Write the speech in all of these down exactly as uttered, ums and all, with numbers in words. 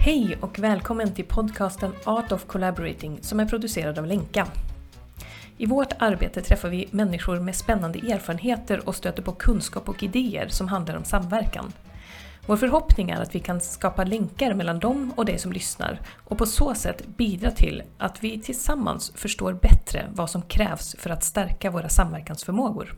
Hej och välkommen till podcasten Art of Collaborating som är producerad av Lenka. I vårt arbete träffar vi människor med spännande erfarenheter och stöter på kunskap och idéer som handlar om samverkan. Vår förhoppning är att vi kan skapa länkar mellan dem och dig som lyssnar och på så sätt bidra till att vi tillsammans förstår bättre vad som krävs för att stärka våra samverkansförmågor.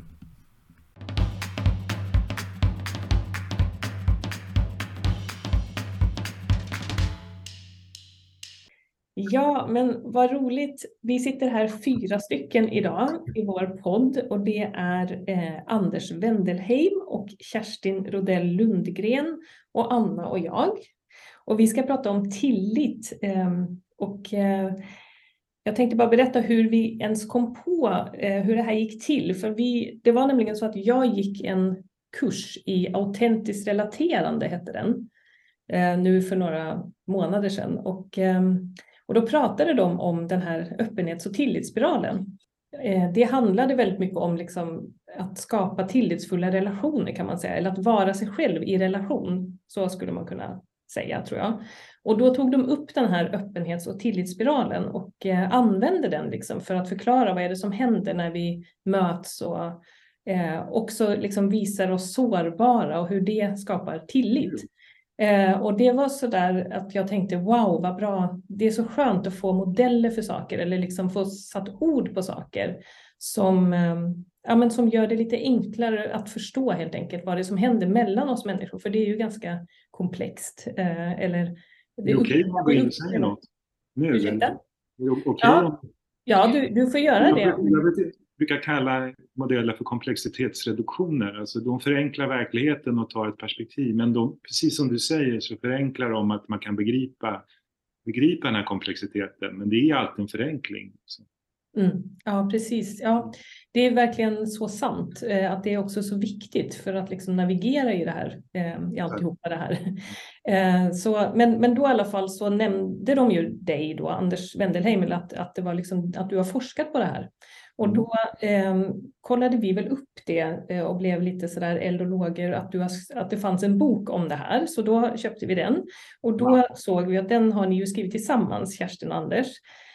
Ja, men vad roligt. Vi sitter här fyra stycken idag i vår podd och det är eh, Anders Wendelheim och Kerstin Rodell Lundgren och Anna och jag. Och vi ska prata om tillit eh, och eh, jag tänkte bara berätta hur vi ens kom på eh, hur det här gick till. För vi, det var nämligen så att jag gick en kurs i autentiskt relaterande, hette den, eh, nu för några månader sedan. Och eh, Och då pratade de om den här öppenhets- och tillitsspiralen. Det handlade väldigt mycket om liksom att skapa tillitsfulla relationer, kan man säga. Eller att vara sig själv i relation. Så skulle man kunna säga, tror jag. Och då tog de upp den här öppenhets- och tillitsspiralen och använde den liksom för att förklara vad är det som händer när vi möts. Och eh, också liksom visar oss sårbara och hur det skapar tillit. Eh, och det var så där att jag tänkte, wow, vad bra. Det är så skönt att få modeller för saker eller liksom få satt ord på saker som, eh, ja, men som gör det lite enklare att förstå helt enkelt vad det är som händer mellan oss människor. För det är ju ganska komplext. Eh, eller, det är okej om man går in och säger något. Nu, Ursäkta? Det är okej ja, om... ja du, du får göra jag, det. Jag vet, brukar kalla modeller för komplexitetsreduktioner. Alltså de förenklar verkligheten och tar ett perspektiv. Men de, precis som du säger så förenklar de att man kan begripa, begripa den här komplexiteten. Men det är alltid en förenkling. Mm, ja, precis. Ja, det är verkligen så sant eh, att det är också så viktigt för att liksom navigera i det här, eh, i alltihopa det här. Eh, så, men, men då i alla fall så nämnde de ju dig då, Anders Wendelheim, att, att, det var liksom, att du har forskat på det här. Och då eh, kollade vi väl upp det eh, och blev lite sådär eld och lågor att, du har, att det fanns en bok om det här. Så då köpte vi den. Och då ja. såg vi att den har ni ju skrivit tillsammans, Kerstin och Anders.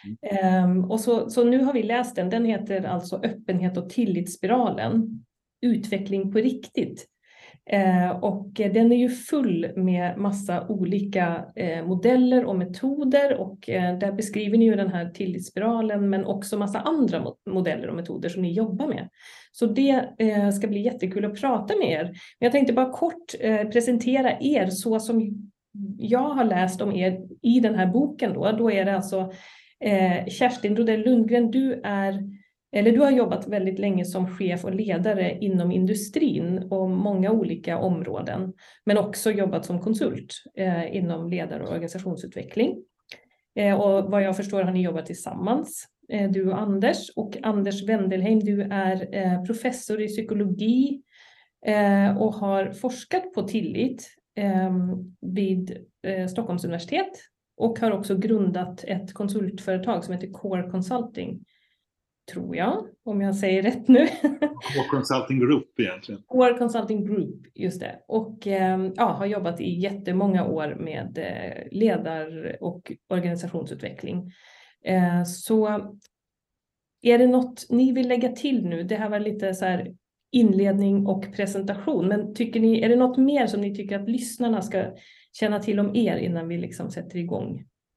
Mm. Um, och så, så nu har vi läst den. Den heter alltså Öppenhet och tillitsspiralen. Utveckling på riktigt. Uh, och den är ju full med massa olika uh, modeller och metoder. Och uh, där beskriver ni ju den här tillitsspiralen. Men också massa andra modeller och metoder som ni jobbar med. Så det uh, ska bli jättekul att prata med er. Men jag tänkte bara kort uh, presentera er så som jag har läst om er i den här boken. Då, då är det alltså... Eh, Kerstin Rodell Lundgren, du är, eller du har jobbat väldigt länge som chef och ledare inom industrin och många olika områden, men också jobbat som konsult eh, inom ledar- och organisationsutveckling. Eh, och vad jag förstår har ni jobbat tillsammans, eh, du och Anders. Och Anders Wendelheim, du är eh, professor i psykologi eh, och har forskat på tillit eh, vid eh, Stockholms universitet. Och har också grundat ett konsultföretag som heter Core Consulting, tror jag, om jag säger rätt nu. Core Consulting Group egentligen. Core Consulting Group, just det. Och ja, har jobbat i jättemånga år med ledar- och organisationsutveckling. Så är det något ni vill lägga till nu? Det här var lite så här inledning och presentation. Men tycker ni, är det något mer som ni tycker att lyssnarna ska känna till om er innan vi liksom sätter igång?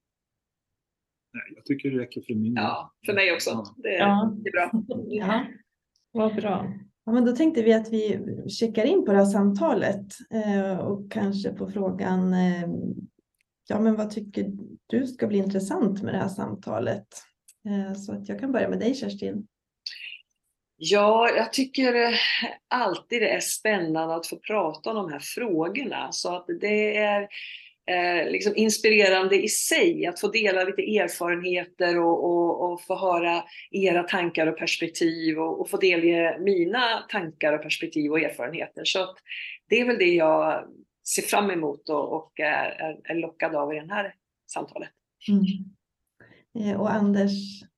Nej, jag tycker det räcker för min. Ja, för mig också. Ja. Det, är, ja. det är bra. Ja, vad bra. Ja, men då tänkte vi att vi checkar in på det här samtalet eh, och kanske på frågan, eh, ja men vad tycker du ska bli intressant med det här samtalet? Eh, så att jag kan börja med dig, Kerstin. Ja, jag tycker alltid det är spännande att få prata om de här frågorna. Så att det är eh, liksom inspirerande i sig att få dela lite erfarenheter och, och, och få höra era tankar och perspektiv och, och få delge mina tankar och perspektiv och erfarenheter. Så att det är väl det jag ser fram emot och, och är, är lockad av i det här samtalet. Mm. Eh, och Anders?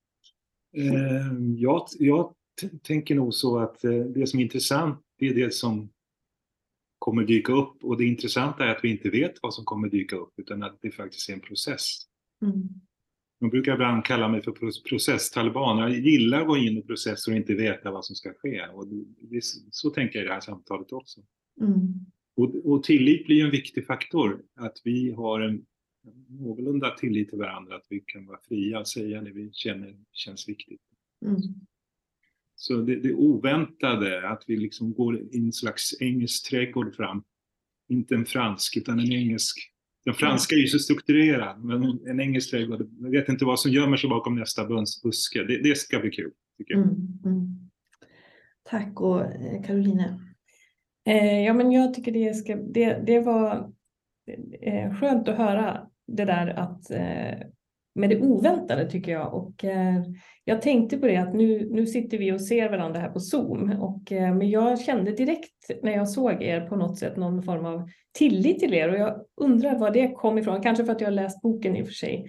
Eh, jag, jag tänker nog så att det som är intressant, det är det som kommer dyka upp. Och det intressanta är att vi inte vet vad som kommer dyka upp, utan att det faktiskt är en process. Mm. Man brukar ibland kalla mig för processtaliban. Jag gillar att gå in i processer och inte veta vad som ska ske. Och det, det, så tänker jag i det här samtalet också. Mm. Och, och tillit blir en viktig faktor. Att vi har en någorlunda tillit till varandra. Att vi kan vara fria och säga när vi känner känns viktigt. Mm. Så det, det oväntade, att vi liksom går i en slags engelsk trädgård fram. Inte en fransk utan en engelsk. Den franska är ju så strukturerad, men en engelsk trädgård, jag vet inte vad som gömmer sig bakom nästa buske. Det, det ska bli kul, tycker jag. Mm. Mm. Tack, och eh, Caroline. Eh, ja, men jag tycker det, ska, det, det var eh, skönt att höra det där att eh, med det oväntade, tycker jag. Och eh, jag tänkte på det att nu, nu sitter vi och ser varandra här på Zoom. Och, eh, men jag kände direkt när jag såg er på något sätt någon form av tillit till er. Och jag undrar var det kom ifrån. Kanske för att jag har läst boken i och för sig.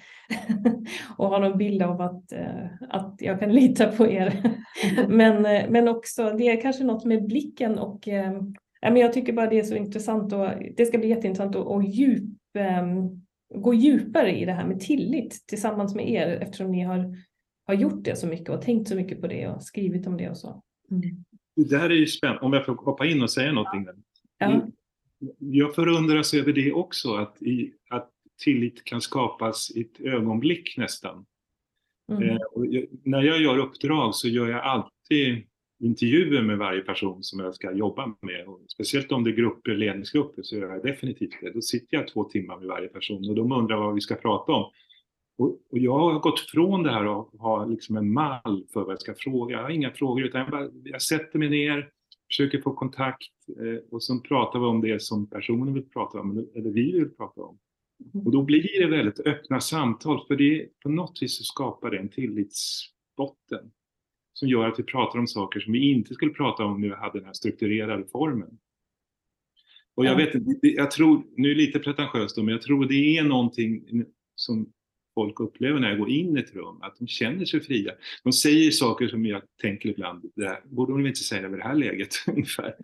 och har någon bild av att, eh, att jag kan lita på er. men, eh, men också det är kanske något med blicken. Och eh, men jag tycker bara det är så intressant. Och det ska bli jätteintressant att och djup... Eh, gå djupare i det här med tillit tillsammans med er, eftersom ni har, har gjort det så mycket och tänkt så mycket på det och skrivit om det och så. Mm. Det där är ju spännande, om jag får hoppa in och säga någonting. Ja. Jag förundras över det också, att, i, att tillit kan skapas i ett ögonblick nästan. Mm. Eh, och jag, när jag gör uppdrag så gör jag alltid intervjuer med varje person som jag ska jobba med. Och speciellt om det är grupper, ledningsgrupper, så gör jag definitivt det. Då sitter jag två timmar med varje person och de undrar vad vi ska prata om. Och, och jag har gått från det här och har liksom en mall för vad jag ska fråga. Jag har inga frågor, utan jag, bara, jag sätter mig ner, försöker få kontakt eh, och så pratar vi om det som personen vill prata om, eller vi vill prata om. Och då blir det väldigt öppna samtal, för det på något vis så skapar det en tillitsbotten som gör att vi pratar om saker som vi inte skulle prata om när vi hade den här strukturerade formen. Och jag Ja. vet inte, jag tror, nu är det lite pretentiöst då, men jag tror det är någonting som folk upplever när jag går in i ett rum, att de känner sig fria. De säger saker som jag tänker ibland, det här borde de inte säga över det här läget ungefär.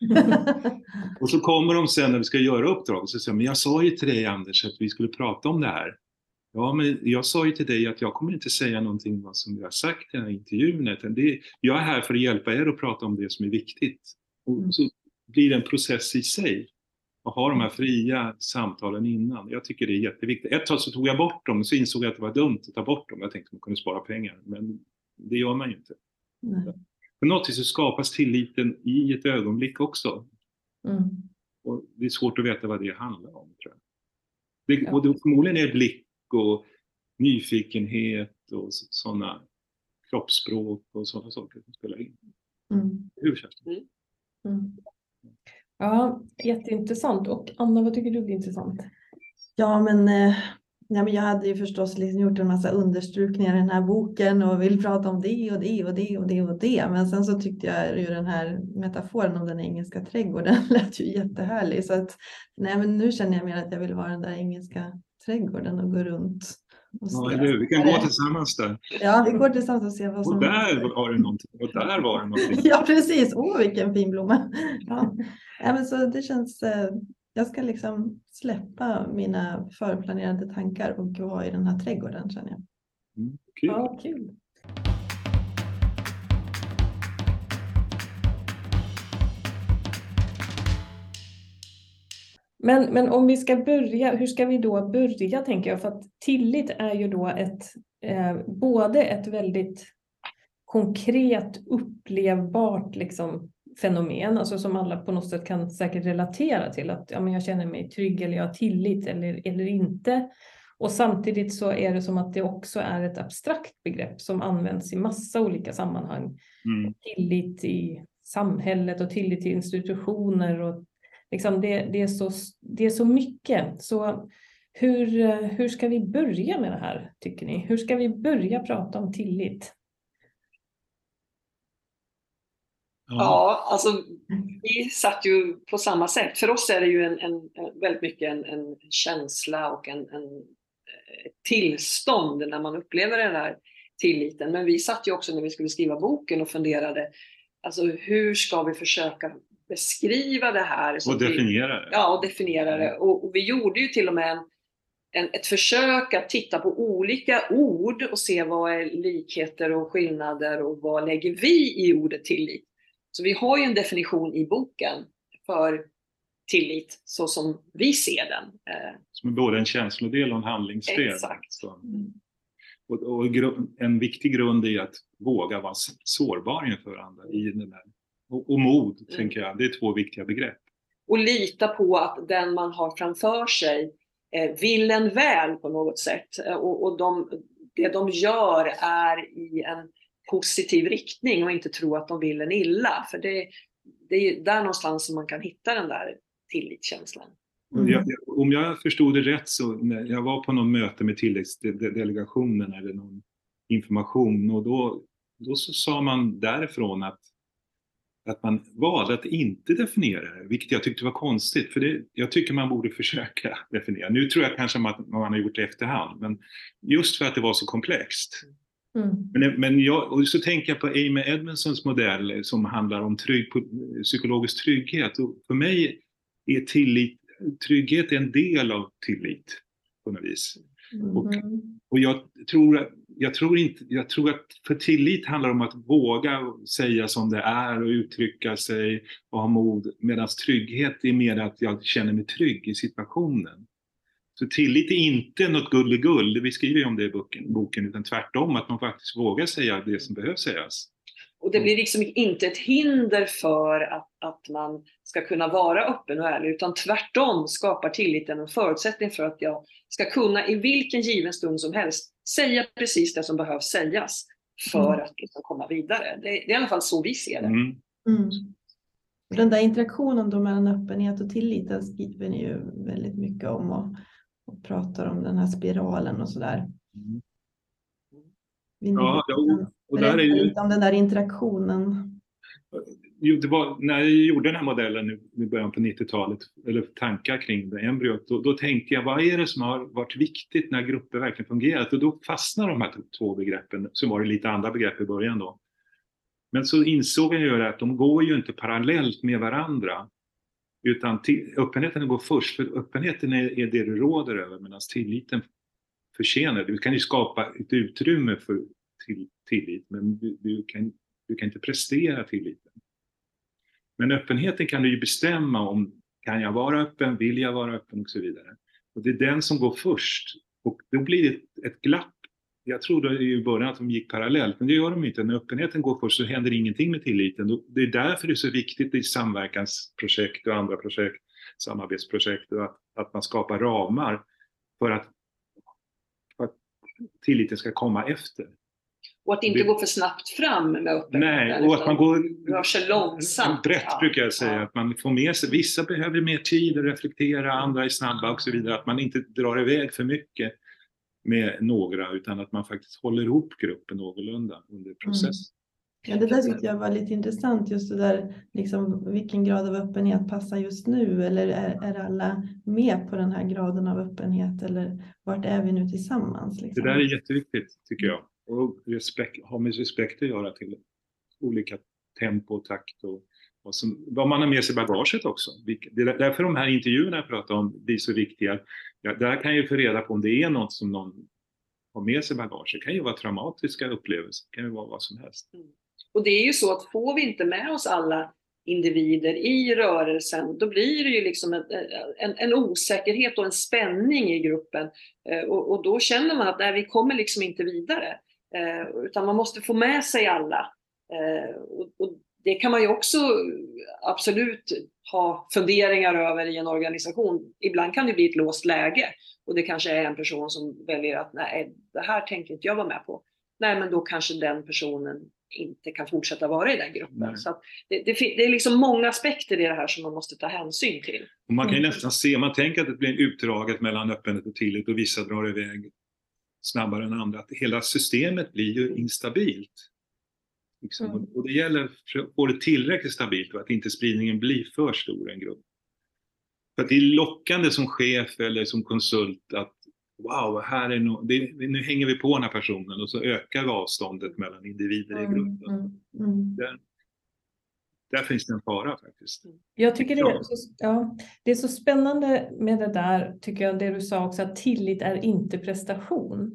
Och så kommer de sen när vi ska göra uppdrag och så säger de, men jag sa ju till dig Anders att vi skulle prata om det här. Ja, men jag sa ju till dig att jag kommer inte säga någonting vad som jag har sagt i den här intervjun. Utan det, jag är här för att hjälpa er att prata om det som är viktigt. Och så blir det en process i sig. Att ha de här fria samtalen innan. Jag tycker det är jätteviktigt. Ett tag så tog jag bort dem och så insåg jag att det var dumt att ta bort dem. Jag tänkte att man kunde spara pengar. Men det gör man ju inte. Nej. På något vis så skapas tilliten i ett ögonblick också. Mm. Och det är svårt att veta vad det handlar om, tror jag. Det, Ja. och det förmodligen är blick och nyfikenhet och sådana kroppsspråk och sådana saker som spelar in. Mm. Hur känns det? Mm. Ja, jätteintressant. Och Anna, vad tycker du är intressant? Ja, men, eh, ja, men jag hade ju förstås liksom gjort en massa understrukningar i den här boken och vill prata om det och det och det och det och det. Men sen så tyckte jag ju den här metaforen om den engelska trädgården lät ju jättehärlig. Så att, nej, men nu känner jag mer att jag vill vara den där engelska trädgården och gå runt. Och se. Ja, eller hur? Vi kan gå tillsammans där. Ja, vi går tillsammans och se vad som... Och där var det någonting. Och där var det någonting. Ja, precis. Åh, vilken fin blomma. Ja. Ja, men så det känns... Eh, jag ska liksom släppa mina förplanerade tankar och gå i den här trädgården, känner jag. Mm, kul. Ja, kul. Men, men om vi ska börja, hur ska vi då börja, tänker jag? För att tillit är ju då ett, eh, både ett väldigt konkret upplevbart liksom, fenomen, alltså som alla på något sätt kan säkert relatera till, att ja, men jag känner mig trygg eller jag har tillit eller, eller inte. Och samtidigt så är det som att det också är ett abstrakt begrepp som används i massa olika sammanhang. Mm. Tillit i samhället och tillit till institutioner och liksom det, det, är så, det är så mycket. Så hur, hur ska vi börja med det här, tycker ni? Hur ska vi börja prata om tillit? Ja, alltså vi satt ju på samma sätt. För oss är det ju en, en, väldigt mycket en, en känsla och en, en ett tillstånd när man upplever den här tilliten. Men vi satt ju också när vi skulle skriva boken och funderade, alltså hur ska vi försöka beskriva det här. Och definiera det. Ja, och definiera det. Och, och vi gjorde ju till och med en, en, ett försök att titta på olika ord och se vad är likheter och skillnader och vad lägger vi i ordet tillit. Så vi har ju en definition i boken för tillit så som vi ser den. Som är både en känslodel och en handlingsdel. Exakt. Så. Och, och en viktig grund är att våga vara sårbar inför andra i den här. Och, och mod, mm. tänker jag. Det är två viktiga begrepp. Och lita på att den man har framför sig eh, vill en väl på något sätt. Och, och de, det de gör är i en positiv riktning och inte tro att de vill en illa. För det, det är där någonstans som man kan hitta den där tillitskänslan. Mm. Jag, om jag förstod det rätt så när jag var på någon möte med tilläggsdelegationen eller någon information och då, då så sa man därifrån att, att man valde att inte definiera det, vilket jag tyckte var konstigt för det, jag tycker man borde försöka definiera. Nu tror jag kanske att man har gjort det efterhand men just för att det var så komplext. Mm. Men, men jag, och så tänker jag på Amy Edmondsons modell som handlar om trygg, psykologisk trygghet och för mig är tillit trygghet är en del av tillit på något vis. Mm. Och, och jag, tror, jag, tror inte, jag tror att för tillit handlar om att våga säga som det är och uttrycka sig och ha mod. Medan trygghet är mer att jag känner mig trygg i situationen. Så tillit är inte något gulligull, vi skriver ju om det i boken, boken utan tvärtom att man faktiskt vågar säga det som behöver sägas. Och det blir liksom inte ett hinder för att, att man ska kunna vara öppen och ärlig utan tvärtom skapar tilliten en förutsättning för att jag ska kunna i vilken given stund som helst säga precis det som behövs sägas för mm. att liksom komma vidare. Det, det är i alla fall så vi ser det. Mm. Mm. Den där interaktionen då mellan öppenhet och tillit den skriver ni ju väldigt mycket om och, och pratar om den här spiralen och sådär. Mm. Ja, och, och där är ju... om den där interaktionen. Jo, det var, när jag gjorde den här modellen i början på nittiotalet, eller tankar kring det embryot, då, då tänkte jag, vad är det som har varit viktigt när grupper verkligen fungerat? Och då fastnar de här två begreppen, som var det lite andra begrepp i början då. Men så insåg jag ju att de går ju inte parallellt med varandra, utan till, öppenheten går först, för öppenheten är, är det du råder över, medan tilliten förtjänar. Du kan ju skapa ett utrymme för till, tillit, men du, du, kan, du kan inte prestera tilliten. Men öppenheten kan du ju bestämma om, kan jag vara öppen, vill jag vara öppen och så vidare. Och det är den som går först. Och då blir det ett, ett glapp. Jag trodde i början att de gick parallellt, men det gör de inte. När öppenheten går först så händer ingenting med tilliten. Det är därför det är så viktigt i samverkansprojekt och andra projekt, samarbetsprojekt, att, att man skapar ramar för att tilliten ska komma efter. Och att inte det... gå för snabbt fram med öppenheten. Nej, och att man går... rör sig långsamt. Brett ja. brukar jag säga. Ja. Att man får med sig... Vissa behöver mer tid att reflektera, andra är snabba och så vidare. Att man inte drar iväg för mycket med några, utan att man faktiskt håller ihop gruppen någorlunda under processen. Mm. Ja, det där tyckte jag var lite intressant. Just det där, liksom, vilken grad av öppenhet passar just nu? Eller är, är alla med på den här graden av öppenhet? Eller vart är vi nu tillsammans? Liksom? Det där är jätteviktigt, tycker jag. Och respekt, har med respekt att göra till olika tempo och takt. Och, och som, vad man har med sig i bagaget också. Det är därför de här intervjuerna jag pratar om blir så viktiga. Ja, där kan jag ju få reda på om det är något som någon har med sig i bagaget. Det kan ju vara traumatiska upplevelser. Det kan ju vara vad som helst. Mm. Och det är ju så att får vi inte med oss alla individer i rörelsen, då blir det ju liksom en, en, en osäkerhet och en spänning i gruppen. Eh, och, och då känner man att nej, vi kommer liksom inte vidare. Eh, utan man måste få med sig alla. Eh, och, och det kan man ju också absolut ha funderingar över i en organisation. Ibland kan det bli ett låst läge. Och det kanske är en person som väljer att nej, det här tänker inte jag vara med på. Nej, men då kanske den personen inte kan fortsätta vara i den gruppen. Så att det, det, det är liksom många aspekter i det här som man måste ta hänsyn till. Och man kan ju nästan se, man tänker att det blir utdraget mellan öppenhet och tillit och vissa drar iväg snabbare än andra. Att hela systemet blir ju instabilt. Liksom. Mm. Och det gäller att få det tillräckligt stabilt och att inte spridningen blir för stor i en grupp. För att det är lockande som chef eller som konsult att wow, här är no, det, nu hänger vi på den här personen och så ökar vi avståndet mellan individer i gruppen. Mm, mm, mm. Det, där finns det en fara faktiskt. Jag tycker det är, så, ja, det är så spännande med det där, tycker jag, det du sa också, att tillit är inte prestation.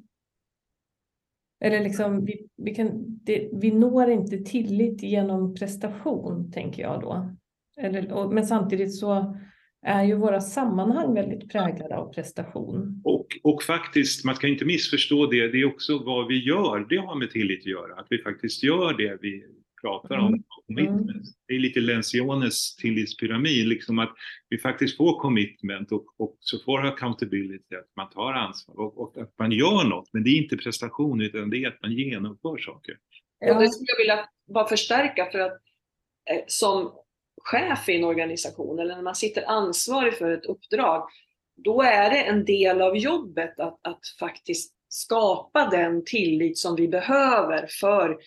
Eller liksom, vi, vi, kan, det, vi når inte tillit genom prestation, tänker jag då. Eller, och, men samtidigt så är ju våra sammanhang väldigt präglade av prestation. Och, och faktiskt, man ska inte missförstå det, det är också vad vi gör, det har med tillit att göra. Att vi faktiskt gör det vi pratar om. Mm. Mm. Det är lite Lencianes tillitspyramid, liksom att vi faktiskt får commitment och, och så får accountability, att man tar ansvar och, och att man gör något. Men det är inte prestation, utan det är att man genomför saker. Ja. Och det skulle jag vilja bara förstärka, för att eh, som chef i en organisation eller när man sitter ansvarig för ett uppdrag, då är det en del av jobbet att, att faktiskt skapa den tillit som vi behöver för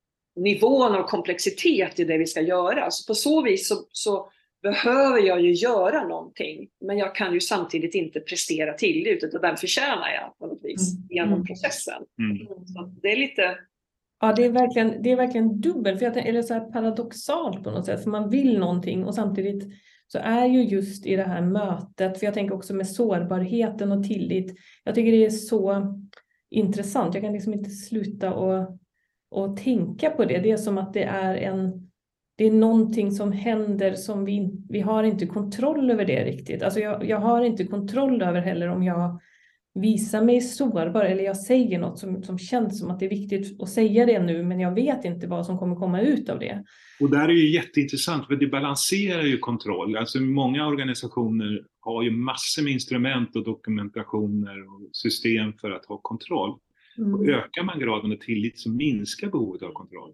nivån av komplexitet i det vi ska göra. Så på så vis så, så behöver jag ju göra någonting, men jag kan ju samtidigt inte prestera tillit, utan den förtjänar jag på något vis mm. genom mm. processen. Mm. Så det är lite... Ja, det är verkligen, det är verkligen dubbelt, för jag tänker, eller så här paradoxalt på något sätt, för man vill någonting och samtidigt så är ju just i det här mötet, för jag tänker också med sårbarheten och tillit, jag tycker det är så intressant, jag kan liksom inte sluta och, och tänka på det, det är som att det är en, det är någonting som händer som vi, vi har inte kontroll över det riktigt, alltså jag, jag har inte kontroll över heller om jag visar mig sårbar eller jag säger något som, som känns som att det är viktigt att säga det nu, men jag vet inte vad som kommer komma ut av det. Och där är ju jätteintressant, för det balanserar ju kontroll. Alltså många organisationer har ju massor med instrument och dokumentationer och system för att ha kontroll. Mm. Och ökar man graden av tillit så minskar behovet av kontroll.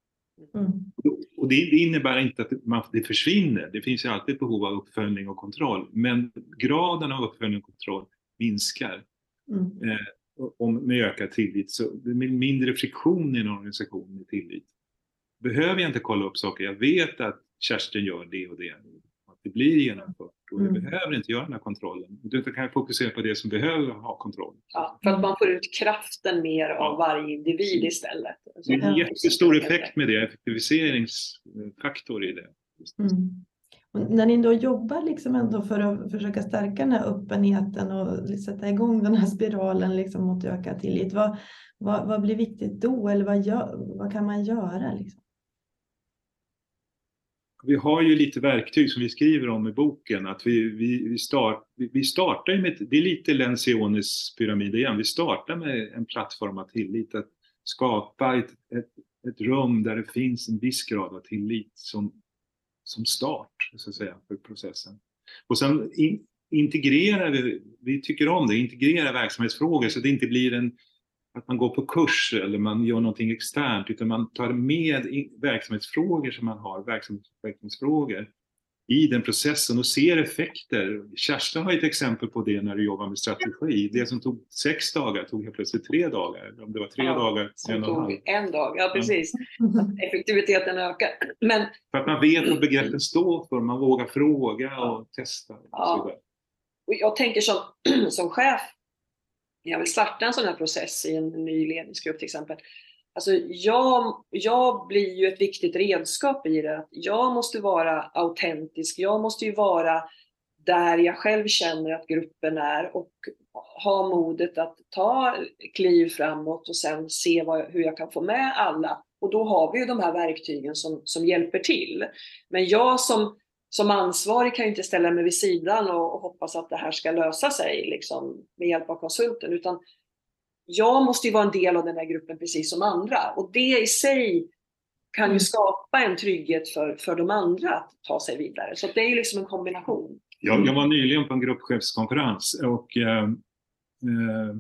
Mm. Och det, det innebär inte att man, det försvinner. Det finns ju alltid ett behov av uppföljning och kontroll. Men graden av uppföljning och kontroll minskar. Mm. Eh, om, med ökad tillit. Så det är mindre friktion i en organisation med tillit. Behöver jag inte kolla upp saker. Jag vet att Kerstin gör det och det. Att det blir genomfört. Och jag mm. behöver inte göra den här kontrollen. Du kan jag fokusera på det som behöver ha kontroll. Ja, för att man får ut kraften mer ja. av varje individ istället. Det är en jättestor effekt med det. Effektiviseringsfaktor i det. Mm. Och när ni då jobbar liksom ändå för att försöka stärka den här öppenheten och sätta igång den här spiralen liksom mot ökad tillit. Vad, vad, vad blir viktigt då? Eller vad, gör, vad kan man göra? Liksom? Vi har ju lite verktyg som vi skriver om i boken. Att vi, vi, vi, start, vi startar med, det är lite Lencianes pyramid igen. Vi startar med en plattform av tillit. Att skapa ett, ett, ett rum där det finns en viss grad av tillit som som start, så att säga, för processen. Och sen in, integrerar vi, vi tycker om det, integrera verksamhetsfrågor så det inte blir en, att man går på kurs eller man gör någonting externt, utan man tar med in, verksamhetsfrågor som man har, verksamhetsutvecklingsfrågor i den processen och ser effekter. Kerstin har ett exempel på det när du jobbar med strategi. Det som tog sex dagar tog helt plötsligt tre dagar. Om det var tre ja, dagar, en och en halv. En dag, ja precis. Mm. Effektiviteten ökar. Men... För att man vet vad begreppen står för, man vågar fråga och testa. Och ja. Och jag tänker som, som chef, jag vill starta en sån här process i en ny ledningsgrupp till exempel. Alltså jag, jag blir ju ett viktigt redskap i det. Jag måste vara autentisk. Jag måste ju vara där jag själv känner att gruppen är och ha modet att ta kliv framåt och sen se vad, hur jag kan få med alla. Och då har vi ju de här verktygen som, som hjälper till. Men jag som, som ansvarig kan ju inte ställa mig vid sidan och, och hoppas att det här ska lösa sig liksom, med hjälp av konsulten, utan jag måste ju vara en del av den här gruppen precis som andra. Och det i sig kan ju skapa en trygghet för, för de andra att ta sig vidare. Så det är ju liksom en kombination. Jag, jag var nyligen på en gruppchefskonferens och eh, eh,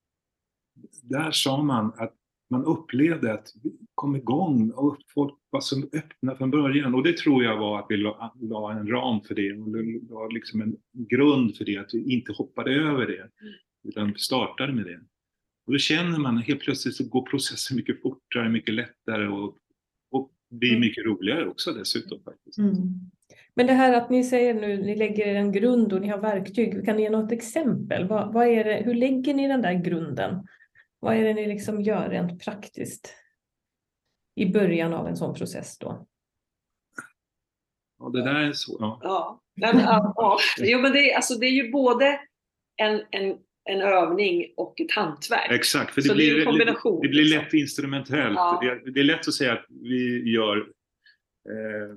där sa man att man upplevde att vi kom igång och folk var så öppna från början. Och det tror jag var att vi la, la en ram för det. Och det var liksom en grund för det, att vi inte hoppade över det. Utan startade med det. Och då känner man helt plötsligt så går processen mycket fortare, mycket lättare och, och blir mm. mycket roligare också dessutom faktiskt. Mm. Men det här att ni säger nu, ni lägger en grund och ni har verktyg, kan ni ge något exempel? Vad, vad är det, hur lägger ni den där grunden? Vad är det ni liksom gör rent praktiskt i början av en sån process då? Ja, det där är så. Ja. Ja, men, ja, ja. Jo, men det, är, alltså, det är ju både en, en, en övning och ett hantverk. Exakt, för det, Så blir, det är en kombination, det blir liksom. lätt instrumentellt. Ja. Det, det är lätt att säga att vi gör eh,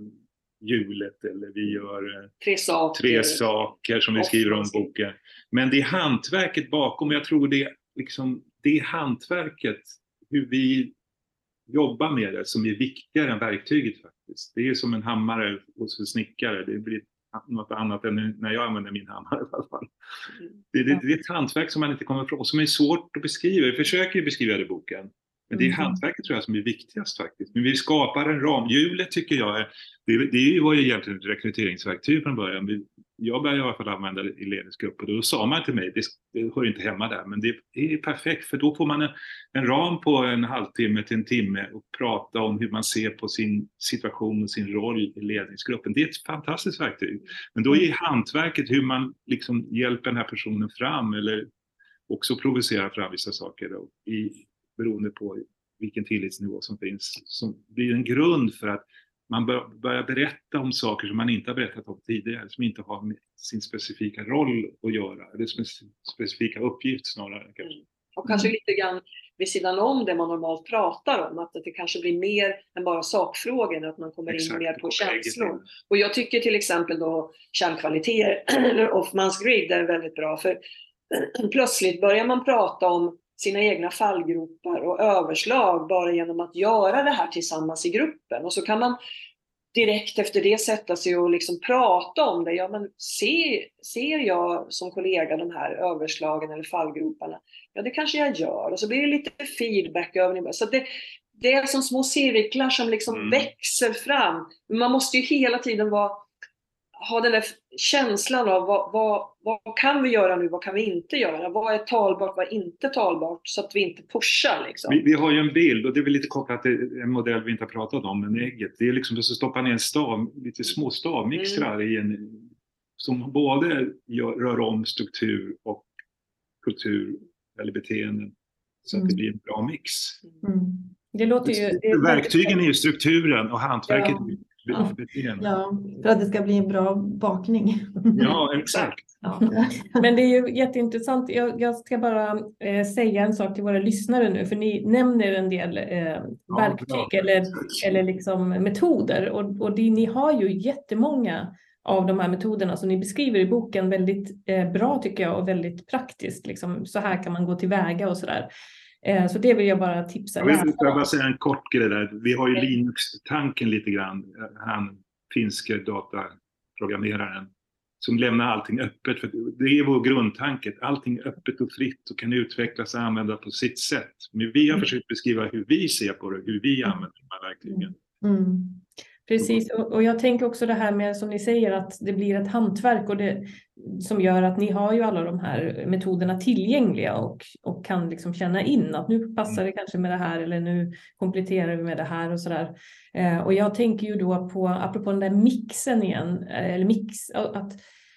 hjulet eller vi gör eh, Tre saker. tre saker som vi skriver om boken. Men det är hantverket bakom. Jag tror det, liksom, det är hantverket, hur vi jobba med det, som är viktigare än verktyget faktiskt. Det är som en hammare hos en snickare. Det blir något annat än när jag använder min hammare i alla fall. Det, det, det är ett hantverk som man inte kommer ifrån, som är svårt att beskriva. Jag försöker beskriva det i boken. Men det är hantverket tror jag som är viktigast faktiskt. Men vi skapar en ram. Hjulet tycker jag är, det, det var ju egentligen ett rekryteringsverktyg från början. Jag började i alla fall använda det i ledningsgrupper. Då sa man till mig, det, det hör inte hemma där. Men det, det är perfekt, för då får man en, en ram på en halvtimme till en timme och prata om hur man ser på sin situation och sin roll i ledningsgruppen. Det är ett fantastiskt verktyg. Men då är hantverket hur man liksom hjälper den här personen fram, eller också provocerar fram vissa saker då, i, beroende på vilken tillitsnivå som finns, som blir en grund för att man börjar berätta om saker som man inte har berättat om tidigare, som inte har med sin specifika roll att göra, eller specifika uppgift snarare. Kanske. Mm. Och kanske lite grann vid sidan om det man normalt pratar om, att det kanske blir mer än bara sakfrågor, att man kommer Exakt, in mer på känslor. Och jag tycker till exempel då kärnkvaliteter eller Hoffmans grid är väldigt bra, för plötsligt börjar man prata om sina egna fallgropar och överslag bara genom att göra det här tillsammans i gruppen. Och så kan man direkt efter det sätta sig och liksom prata om det. Ja, men ser, ser jag som kollega de här överslagen eller fallgroparna? Ja, det kanske jag gör. Och så blir det lite feedback över det. Så det, det är som små cirklar som liksom mm. växer fram. Men man måste ju hela tiden vara, ha den där känslan av vad, vad, vad kan vi göra nu, vad kan vi inte göra, vad är talbart, vad är inte talbart, så att vi inte pushar liksom. Vi, vi har ju en bild, och det är väl lite kopplat till en modell vi inte har pratat om, men ägget, det är liksom att stoppa ner en stav, lite små stavmixtrar mm. i en, som både gör, rör om struktur och kultur eller beteenden, så att det blir en bra mix. Mm. Det låter ju, det är verktygen är ju strukturen och hantverket ja. Ja. ja, för att det ska bli en bra bakning. Ja, exakt. Ja. Men det är ju jätteintressant. Jag, jag ska bara eh, säga en sak till våra lyssnare nu, för ni nämner en del eh, ja, verktyg eller, eller liksom metoder. Och, och det, ni har ju jättemånga av de här metoderna som ni beskriver i boken väldigt eh, bra tycker jag, och väldigt praktiskt. Liksom, så här kan man gå tillväga och sådär. Så det vill jag bara tipsa. Jag vill bara säga en kort grej där. Vi har ju Linux-tanken lite grann. Han, finske dataprogrammeraren, som lämnar allting öppet. För det är vår grundtanke. Allting är öppet och fritt och kan utvecklas och användas på sitt sätt. Men vi har försökt beskriva hur vi ser på det, hur vi använder de här verktygen. Mm. Precis, och, och jag tänker också det här med, som ni säger, att det blir ett hantverk och det, som gör att ni har ju alla de här metoderna tillgängliga och, och kan liksom känna in att nu passar det kanske med det här, eller nu kompletterar vi med det här och sådär. Eh, och jag tänker ju då på, apropå den där mixen igen, eller mix, att,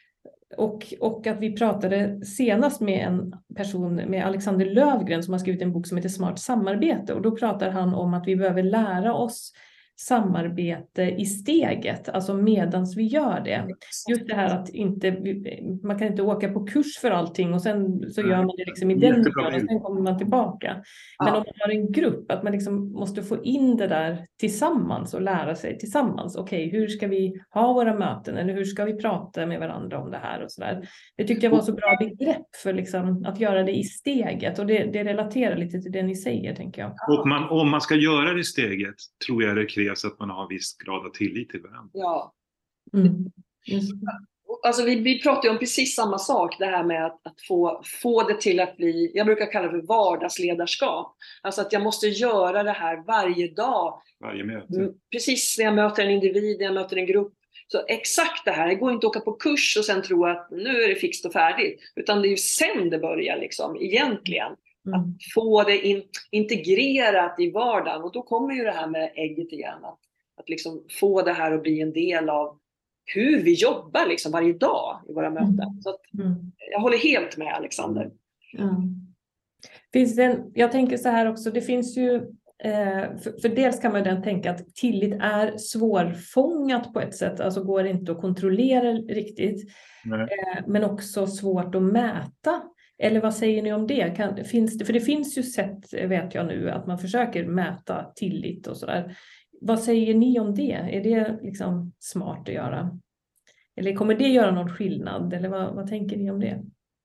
och, och att vi pratade senast med en person, med Alexander Lövgren, som har skrivit en bok som heter Smart samarbete, och då pratar han om att vi behöver lära oss samarbete i steget, alltså medans vi gör det. Just det här att inte, man kan inte åka på kurs för allting och sen så gör man det liksom i den miljön och sen kommer man tillbaka. Men om man har en grupp, att man liksom måste få in det där tillsammans och lära sig tillsammans. Okej, okay, hur ska vi ha våra möten, eller hur ska vi prata med varandra om det här och sådär. Det tyckte jag var så bra begrepp för liksom att göra det i steget, och det, det relaterar lite till det ni säger, tänker jag. Och man, om man ska göra det i steget, tror jag det krävs att man har en viss grad av tillit till varandra. Ja. Mm. Alltså vi, vi pratar ju om precis samma sak, det här med att, att få, få det till att bli, jag brukar kalla det för vardagsledarskap. Alltså att jag måste göra det här varje dag. Varje möte. Precis när jag möter en individ, när jag möter en grupp. Så exakt det här, det går inte att åka på kurs och sen tro att nu är det fixt och färdigt. Utan det är ju sen det börjar liksom, egentligen. Mm. Att få det in, integrerat i vardagen. Och då kommer ju det här med ägget igen. Att, att liksom få det här att bli en del av hur vi jobbar liksom varje dag i våra möten. Mm. Så att, mm. jag håller helt med Alexander. Mm. Finns det en, jag tänker så här också, det finns ju Eh, för, för dels kan man den tänka att tillit är svårfångat på ett sätt, alltså går inte att kontrollera riktigt, eh, men också svårt att mäta. Eller vad säger ni om det? Kan, finns det? För det finns ju sätt, vet jag nu, att man försöker mäta tillit och sådär. Vad säger ni om det? Är det liksom smart att göra? Eller kommer det göra någon skillnad? Eller vad, vad tänker ni om det?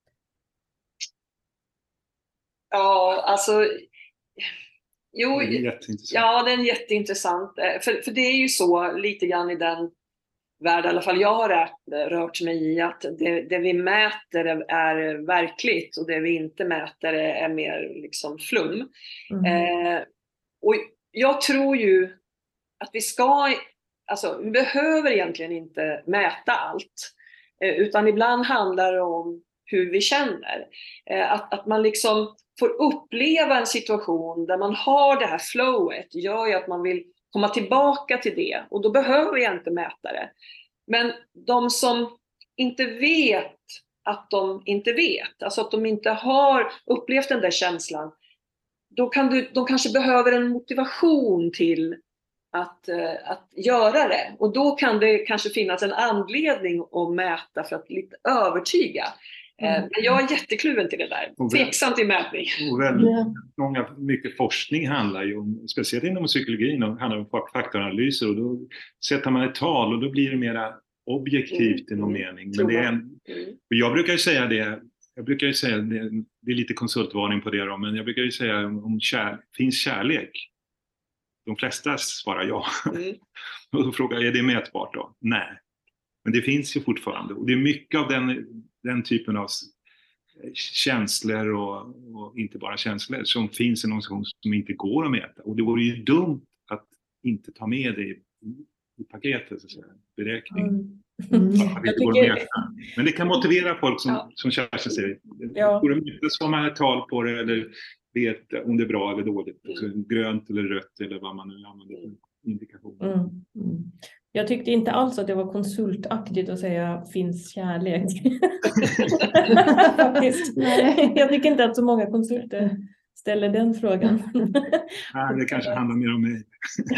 Ja, alltså... Jo, det är jätteintressant. Ja, det är jätteintressant. För, för det är ju så lite grann i den värld, i alla fall jag har rört, rört mig i, att det, det vi mäter är, är verkligt och det vi inte mäter är, är mer liksom flum. Mm. Eh, och jag tror ju att vi ska, alltså vi behöver egentligen inte mäta allt, eh, utan ibland handlar det om hur vi känner. Eh, att, att man liksom får uppleva en situation där man har det här flowet, gör ju att man vill komma tillbaka till det, och då behöver jag inte mäta det. Men de som inte vet att de inte vet, alltså att de inte har upplevt den där känslan, då kan du, de kanske behöver en motivation till att, att göra det. Och då kan det kanske finnas en anledning att mäta för att lite övertyga. Mm. Men jag är jättekluven till det där. Tveksam till mätning. Och väldigt många, mycket forskning handlar ju om, speciellt inom psykologin, och handlar om faktoranalyser, och då sätter man ett tal och då blir det mera objektivt mm. i någon mm. mening. Men det är en, mm. jag brukar ju säga det, jag brukar ju säga det, det är lite konsultvarning på det då, men jag brukar ju säga om kär, finns kärlek? De flesta svarar ja. Mm. Och då frågar jag, är det mätbart då? Nej. Men det finns ju fortfarande, och det är mycket av den, den typen av känslor och, och inte bara känslor som finns i en organisation som inte går att mäta. Och det vore ju dumt att inte ta med det i, i paketet, så att säga, beräkning. Mm. Mm. Att det går att mäta. Men det kan motivera folk som, ja. som Kerstin säger. Ja. Går det mäta så man har tal på det, eller vet om det är bra eller dåligt. Mm. Alltså, grönt eller rött eller vad man nu använder för indikationer. Mm. Mm. Jag tyckte inte alls att det var konsultaktigt att säga finns kärlek. Nej, jag tycker inte att så många konsulter ställer den frågan. Nej, det kanske handlar mer om mig.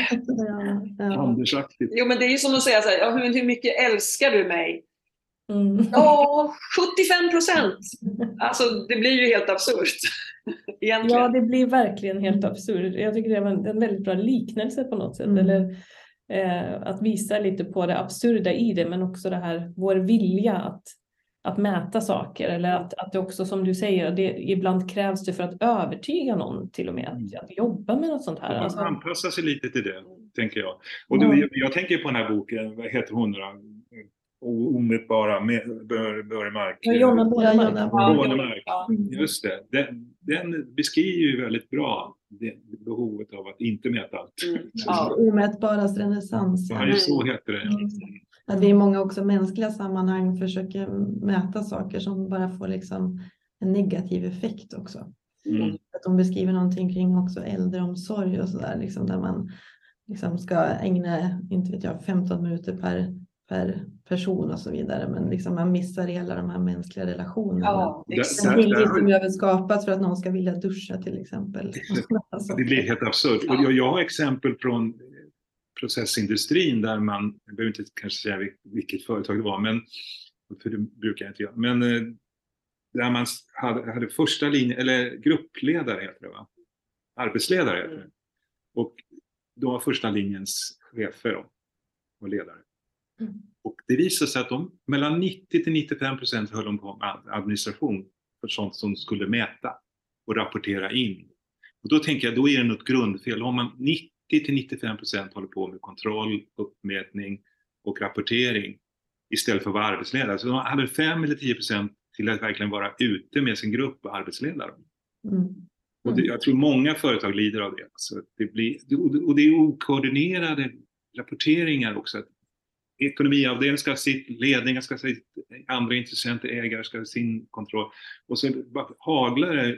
Ja, ja. Andersaktigt. Jo, men det är ju som att säga så här, ja, hur, hur mycket älskar du mig? Mm. Ja, sjuttiofem procent. Alltså, det blir ju helt absurt. Egentligen. Ja, det blir verkligen helt absurt. Jag tycker det var en, en väldigt bra liknelse på något sätt. Mm. Eller eh, att visa lite på det absurda i det, men också det här, vår vilja att, att mäta saker. Eller att, att det också, som du säger, det, ibland krävs det för att övertyga någon till och med att, att jobba med något sånt här. Man alltså, anpassar sig lite till det, tänker jag. Och du, jag, jag tänker på den här boken, vad heter hon då? Omätbara Borremark. Jonna Borremark. Just det. Den, den beskriver ju väldigt bra det, behovet av att inte mäta allt. Mm. Ja. Omätbaras renässans. Ja, så heter det. Mm. Att vi i många också mänskliga sammanhang försöker mäta saker som bara får liksom en negativ effekt också. Mm. Att de beskriver någonting kring också äldreomsorg och sådär, liksom, där man liksom ska ägna, inte vet jag, femton minuter per per person och så vidare, men liksom man missar hela de här mänskliga relationerna. Ja, en tillit som behöver skapas för att någon ska vilja duscha till exempel. Alltså. Det blir helt absurt. Ja. Och jag, jag har exempel från processindustrin där man, jag behöver inte kanske säga vilket företag det var, men för det brukar jag inte göra, men där man hade, hade första linjen, eller gruppledare heter det va? Arbetsledare heter det. Och då var första linjens chefer då, och ledare. Mm. Och det visar sig att de mellan nittio till nittiofem procent höll de på med administration för sånt som skulle mäta och rapportera in. Och då tänker jag, då är det något grundfel. Om man nittio till nittiofem procent håller på med kontroll, uppmätning och rapportering istället för att vara arbetsledare. Så de hade fem eller tio procent till att verkligen vara ute med sin grupp och arbetsledare. Mm. Mm. Och det, jag tror många företag lider av det. Så det blir, och det är okoordinerade rapporteringar också. Ekonomiavdelningen ska ha sitt, ledningen ska ha sitt, andra intressenter, ägare ska ha sin kontroll. Och så haglar det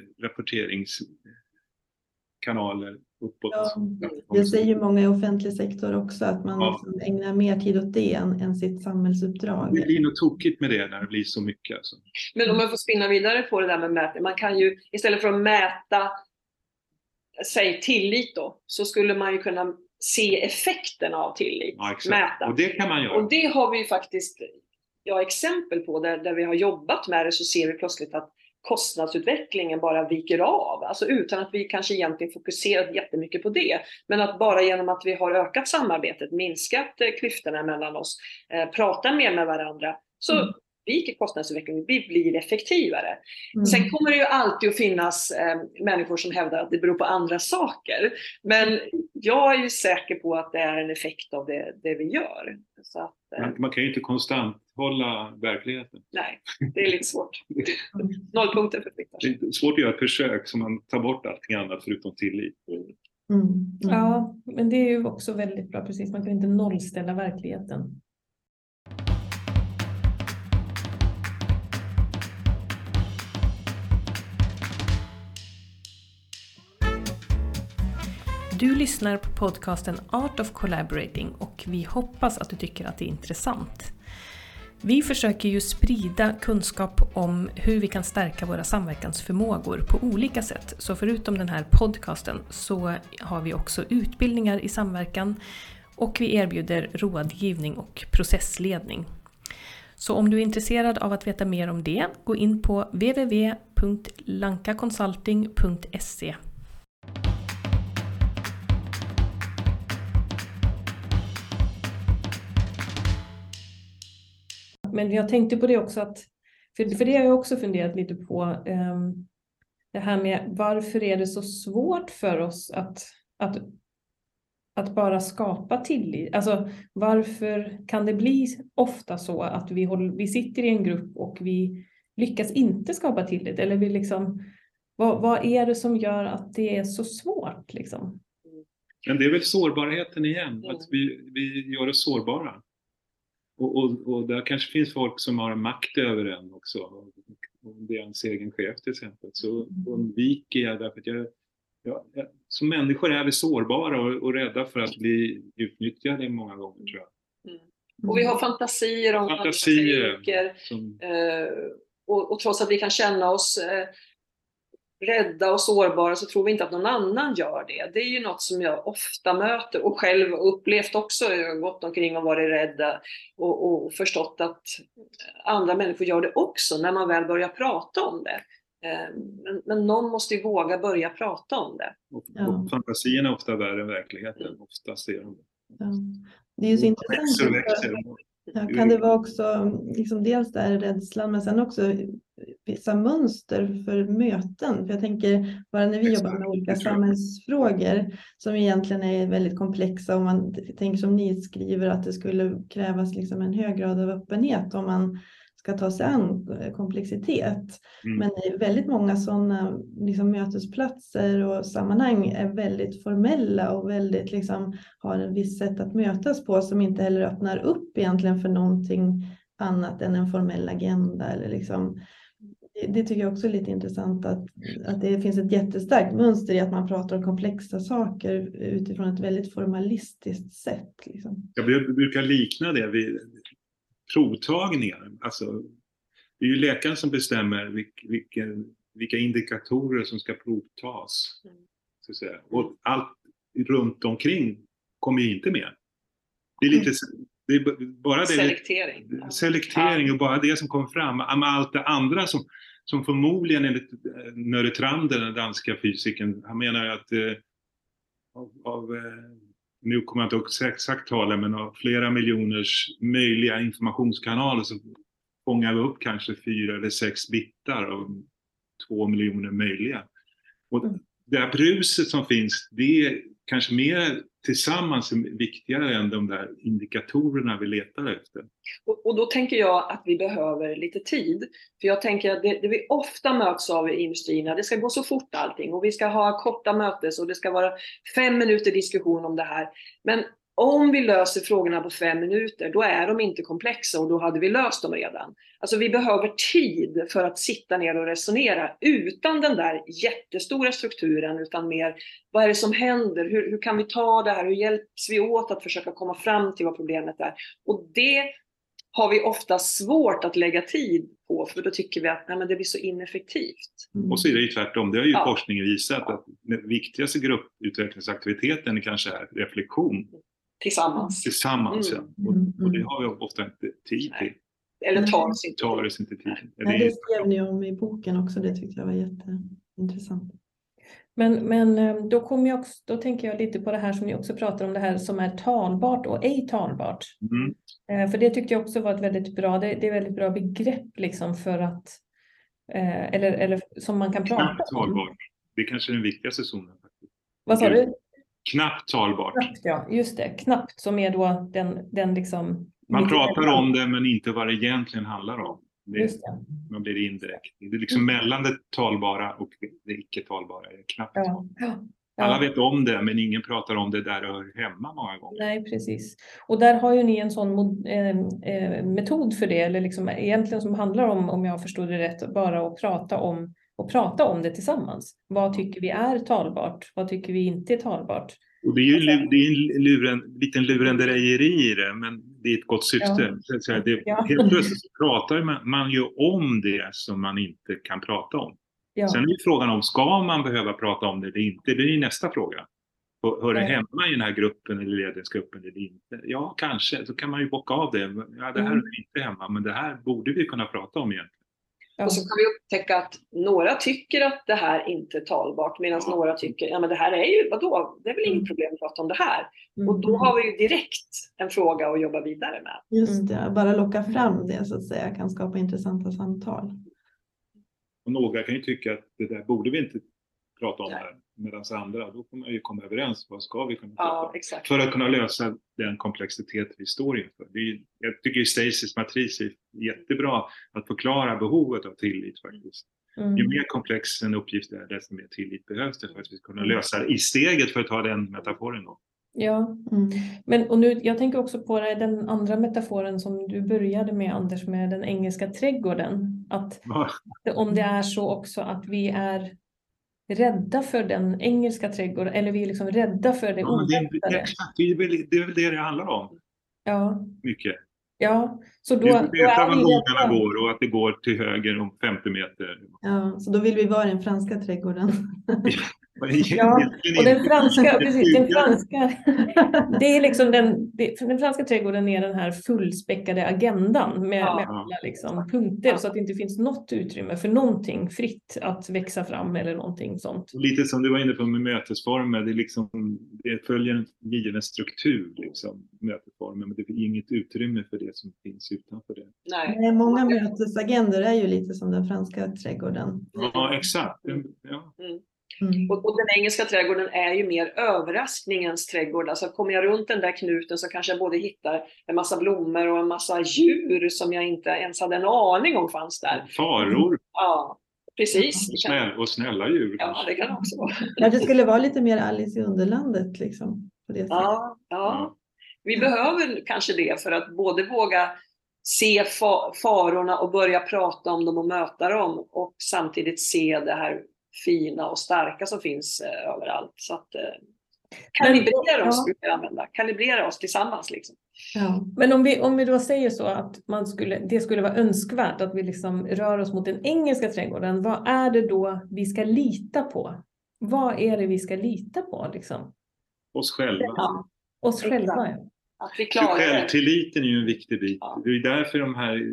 rapporteringskanaler uppåt. Ja, det säger ju många i offentlig sektor också, att man ja. liksom ägnar mer tid åt det än, än sitt samhällsuppdrag. Det blir nog tokigt med det när det blir så mycket. Alltså. Men om man får spinna vidare på det där med mätning, man kan ju istället för att mäta säg tillit då, så skulle man ju kunna se effekten av tillit. Ja, exakt. Mäta. Och det kan man göra. Och det har vi ju faktiskt ja, exempel på där, där vi har jobbat med det, så ser vi plötsligt att kostnadsutvecklingen bara viker av. Alltså utan att vi kanske egentligen fokuserat jättemycket på det. Men att bara genom att vi har ökat samarbetet, minskat eh, klyftorna mellan oss, eh, pratar mer med varandra, så mm. viker kostnadsutvecklingen, vi blir effektivare. Mm. Sen kommer det ju alltid att finnas eh, människor som hävdar att det beror på andra saker. Men jag är ju säker på att det är en effekt av det, det vi gör. Så att, eh, man, man kan ju inte konstant hålla verkligheten. Nej, det är lite svårt. Nollpunkter förflyttar sig. Det är svårt att göra ett försök som man tar bort allting annat förutom tillit. Mm. Mm. Mm. Ja, men det är ju också väldigt bra, precis. Man kan inte nollställa verkligheten. Du lyssnar på podcasten Art of Collaborating och vi hoppas att du tycker att det är intressant. Vi försöker ju sprida kunskap om hur vi kan stärka våra samverkansförmågor på olika sätt. Så förutom den här podcasten så har vi också utbildningar i samverkan och vi erbjuder rådgivning och processledning. Så om du är intresserad av att veta mer om det, gå in på w w w punkt lankaconsulting punkt se. Men jag tänkte på det också, att, för, för det har jag också funderat lite på, um, det här med varför är det så svårt för oss att, att, att bara skapa tillit? Alltså varför kan det bli ofta så att vi, håller, vi sitter i en grupp och vi lyckas inte skapa tillit? Eller vi liksom, vad, vad är det som gör att det är så svårt? Liksom? Men det är väl sårbarheten igen, att vi, vi gör oss sårbara. Och, och, och där kanske finns folk som har makt över en också. Om det är ens egen chef till exempel. Så undviker jag därför att jag, jag, jag... Som människor är vi sårbara och, och rädda för att bli utnyttjade många gånger, tror jag. Mm. Och vi har fantasier om fantasier, fantasier som... eh, och, och trots att vi kan känna oss eh, rädda och sårbara, så tror vi inte att någon annan gör det. Det är ju något som jag ofta möter och själv upplevt också. Jag har gått omkring och varit rädda och, och förstått att andra människor gör det också när man väl börjar prata om det. Men, men någon måste ju våga börja prata om det. Och, och fantasierna är ofta värre än verkligheten. Mm. Oftast är de det. Ja. Det är ju så intressant. Ja, kan det vara också liksom dels där rädslan, men sen också vissa mönster för möten? För jag tänker, bara när vi Exakt. jobbar med olika samhällsfrågor som egentligen är väldigt komplexa, och man tänker som ni skriver att det skulle krävas liksom en hög grad av öppenhet om man ska ta sig an komplexitet. Mm. Men väldigt många sådana liksom mötesplatser och sammanhang är väldigt formella och väldigt liksom har en viss sätt att mötas på som inte heller öppnar upp egentligen för någonting annat än en formell agenda. Eller liksom, det tycker jag också är lite intressant, att, att det finns ett jättestarkt mönster i att man pratar om komplexa saker utifrån ett väldigt formalistiskt sätt. Liksom. Jag brukar likna det vid provtagningar. Alltså, det är ju läkaren som bestämmer vilka, vilka, vilka indikatorer som ska provtas. Så att säga. Och allt runt omkring kommer ju inte med. Det är lite det är bara det, selektering. Selektering och bara det som kommer fram. Men allt det andra som, som förmodligen enligt Nörretrander, den danska fysikern, han menar att eh, av, av eh, nu kommer jag inte ihåg exakt talen, men av flera miljoners möjliga informationskanaler så fångar vi upp kanske fyra eller sex bitar av två miljoner möjliga. Och det här bruset som finns, det är kanske mer tillsammans är viktigare än de där indikatorerna vi letar efter. Och, och då tänker jag att vi behöver lite tid. För jag tänker att det, det vi ofta möts av i industrierna, det ska gå så fort allting. Och vi ska ha korta mötes och det ska vara fem minuter diskussion om det här. Men om vi löser frågorna på fem minuter, då är de inte komplexa och då hade vi löst dem redan. Alltså vi behöver tid för att sitta ner och resonera utan den där jättestora strukturen, utan mer, vad är det som händer? Hur, hur kan vi ta det här? Hur hjälps vi åt att försöka komma fram till vad problemet är? Och det har vi ofta svårt att lägga tid på, för då tycker vi att nej, men det blir så ineffektivt. Mm. Och så är det ju tvärtom. Det har ju Ja. forskningen visat att den viktigaste grupputvecklingsaktiviteten kanske är reflektion Tillsammans. tillsammans. Mm. Ja. Och, och det har vi ofta inte tid Nej. till. Eller tar oss inte. Tar oss inte tid. Ja, Det är- det skrev ni om i boken också, det tyckte jag var jätteintressant. Men, men eh, då, kommer jag också, då tänker jag lite på det här som ni också pratar om, det här som är talbart och ej talbart. Mm. Eh, för det tyckte jag också var ett väldigt bra, det, det är väldigt bra begrepp liksom för att, eh, eller, eller som man kan prata Knappt om. talbart. Det är kanske den viktigaste zonen. Faktiskt. Vad sa du? Knappt talbart. Knappt, ja, just det. Knappt som är då den, den liksom... Man pratar om det men inte vad det egentligen handlar om. Det, Just det. man blir indirekt. Det är liksom mellan det talbara och det icke talbara. Det är knappt. Ja. Ja. Alla vet om det men ingen pratar om det där det hör hemma många gånger. Nej, precis. Och där har ju ni en sån mod, eh, eh, metod för det, eller liksom egentligen som handlar om, om jag förstod det rätt, bara att prata om och prata om det tillsammans. Vad tycker vi är talbart? Vad tycker vi inte är talbart? Och det är ju lu- det är en luren, liten lurendrejeri i det, men det är ett gott syfte. Ja. Så att säga, det, Ja. Helt plötsligt så pratar man, man ju om det som man inte kan prata om. Ja. Sen är ju frågan om, ska man behöva prata om det eller inte? Det är ju nästa fråga. Hör hör det Ja. hemma i den här gruppen eller ledningsgruppen eller inte? Ja, kanske. Så kan man ju bocka av det. Ja, det här Mm. är inte hemma, men det här borde vi kunna prata om egentligen. Ja. Och så kan vi upptäcka att några tycker att det här inte är talbart, medan Ja. några tycker ja men det här är ju, vadå, det är väl inget Mm. problem att prata om det här. Mm. Och då har vi ju direkt en fråga att jobba vidare med. Just det, bara locka fram det så att säga kan skapa intressanta samtal. Och några kan ju tycka att det där borde vi inte prata om Nej. här. Medan andra, då får man ju komma överens. Vad ska vi kunna prata om? Ja, exakt. För att kunna lösa den komplexitet vi står inför. Det är, jag tycker ju Stacys matris är jättebra att förklara behovet av tillit faktiskt. Mm. Ju mer komplex en uppgift är, desto mer tillit behövs det för att vi ska kunna lösa i steget, för att ta den metaforen då. Ja, Mm. men och nu, jag tänker också på det, den andra metaforen som du började med, Anders, med den engelska trädgården. Att Ja, om det är så också att vi är rädda för den engelska trädgården, eller vi är liksom rädda för det ja, men det, är- oväntade. exakt, det är väl det är väl det det handlar om. Ja, Mycket. ja. Så då, Vi då vill veta är var vi vågorna rädda. går och att det går till höger om femtio meter. Ja, så då vill vi vara i den franska trädgården. Ja, och den franska, precis, den franska, det är liksom den, det, den franska trädgården är den här fullspäckade agendan med, Ja. med alla liksom punkter, så att det inte finns något utrymme för någonting fritt att växa fram eller någonting sånt. Lite som du var inne på med mötesformer, det, är liksom, det följer en given struktur, liksom, mötesformer, men det finns inget utrymme för det som finns utanför det. Nej. Nej, många mötesagender är ju lite som den franska trädgården. Ja, exakt. Ja. Mm. Och, och den engelska trädgården är ju mer överraskningens trädgård. Alltså kommer jag runt den där knuten så kanske jag både hittar en massa blommor och en massa djur som jag inte ens hade en aning om fanns där. Faror Ja, precis. och, snäll, och snälla djur. Ja, det kan det också vara. Ja, det skulle vara lite mer Alice i Underlandet liksom. På det sättet. Ja, ja. Vi behöver kanske det för att både våga se fa- farorna och börja prata om dem och möta dem, och samtidigt se det här fina och starka som finns eh, överallt. Så att eh, kalibrera oss, ja. brukar jag använda. Kalibrera oss tillsammans liksom. Ja. Men om vi, om vi då säger så att man skulle, det skulle vara önskvärt att vi liksom rör oss mot den engelska trädgården, vad är det då vi ska lita på? Vad är det vi ska lita på liksom? Oss själva. Ja. Oss Exakt. själva, ja. Att vi För klarar det. självtilliten är ju en viktig bit. Ja. Det är därför de här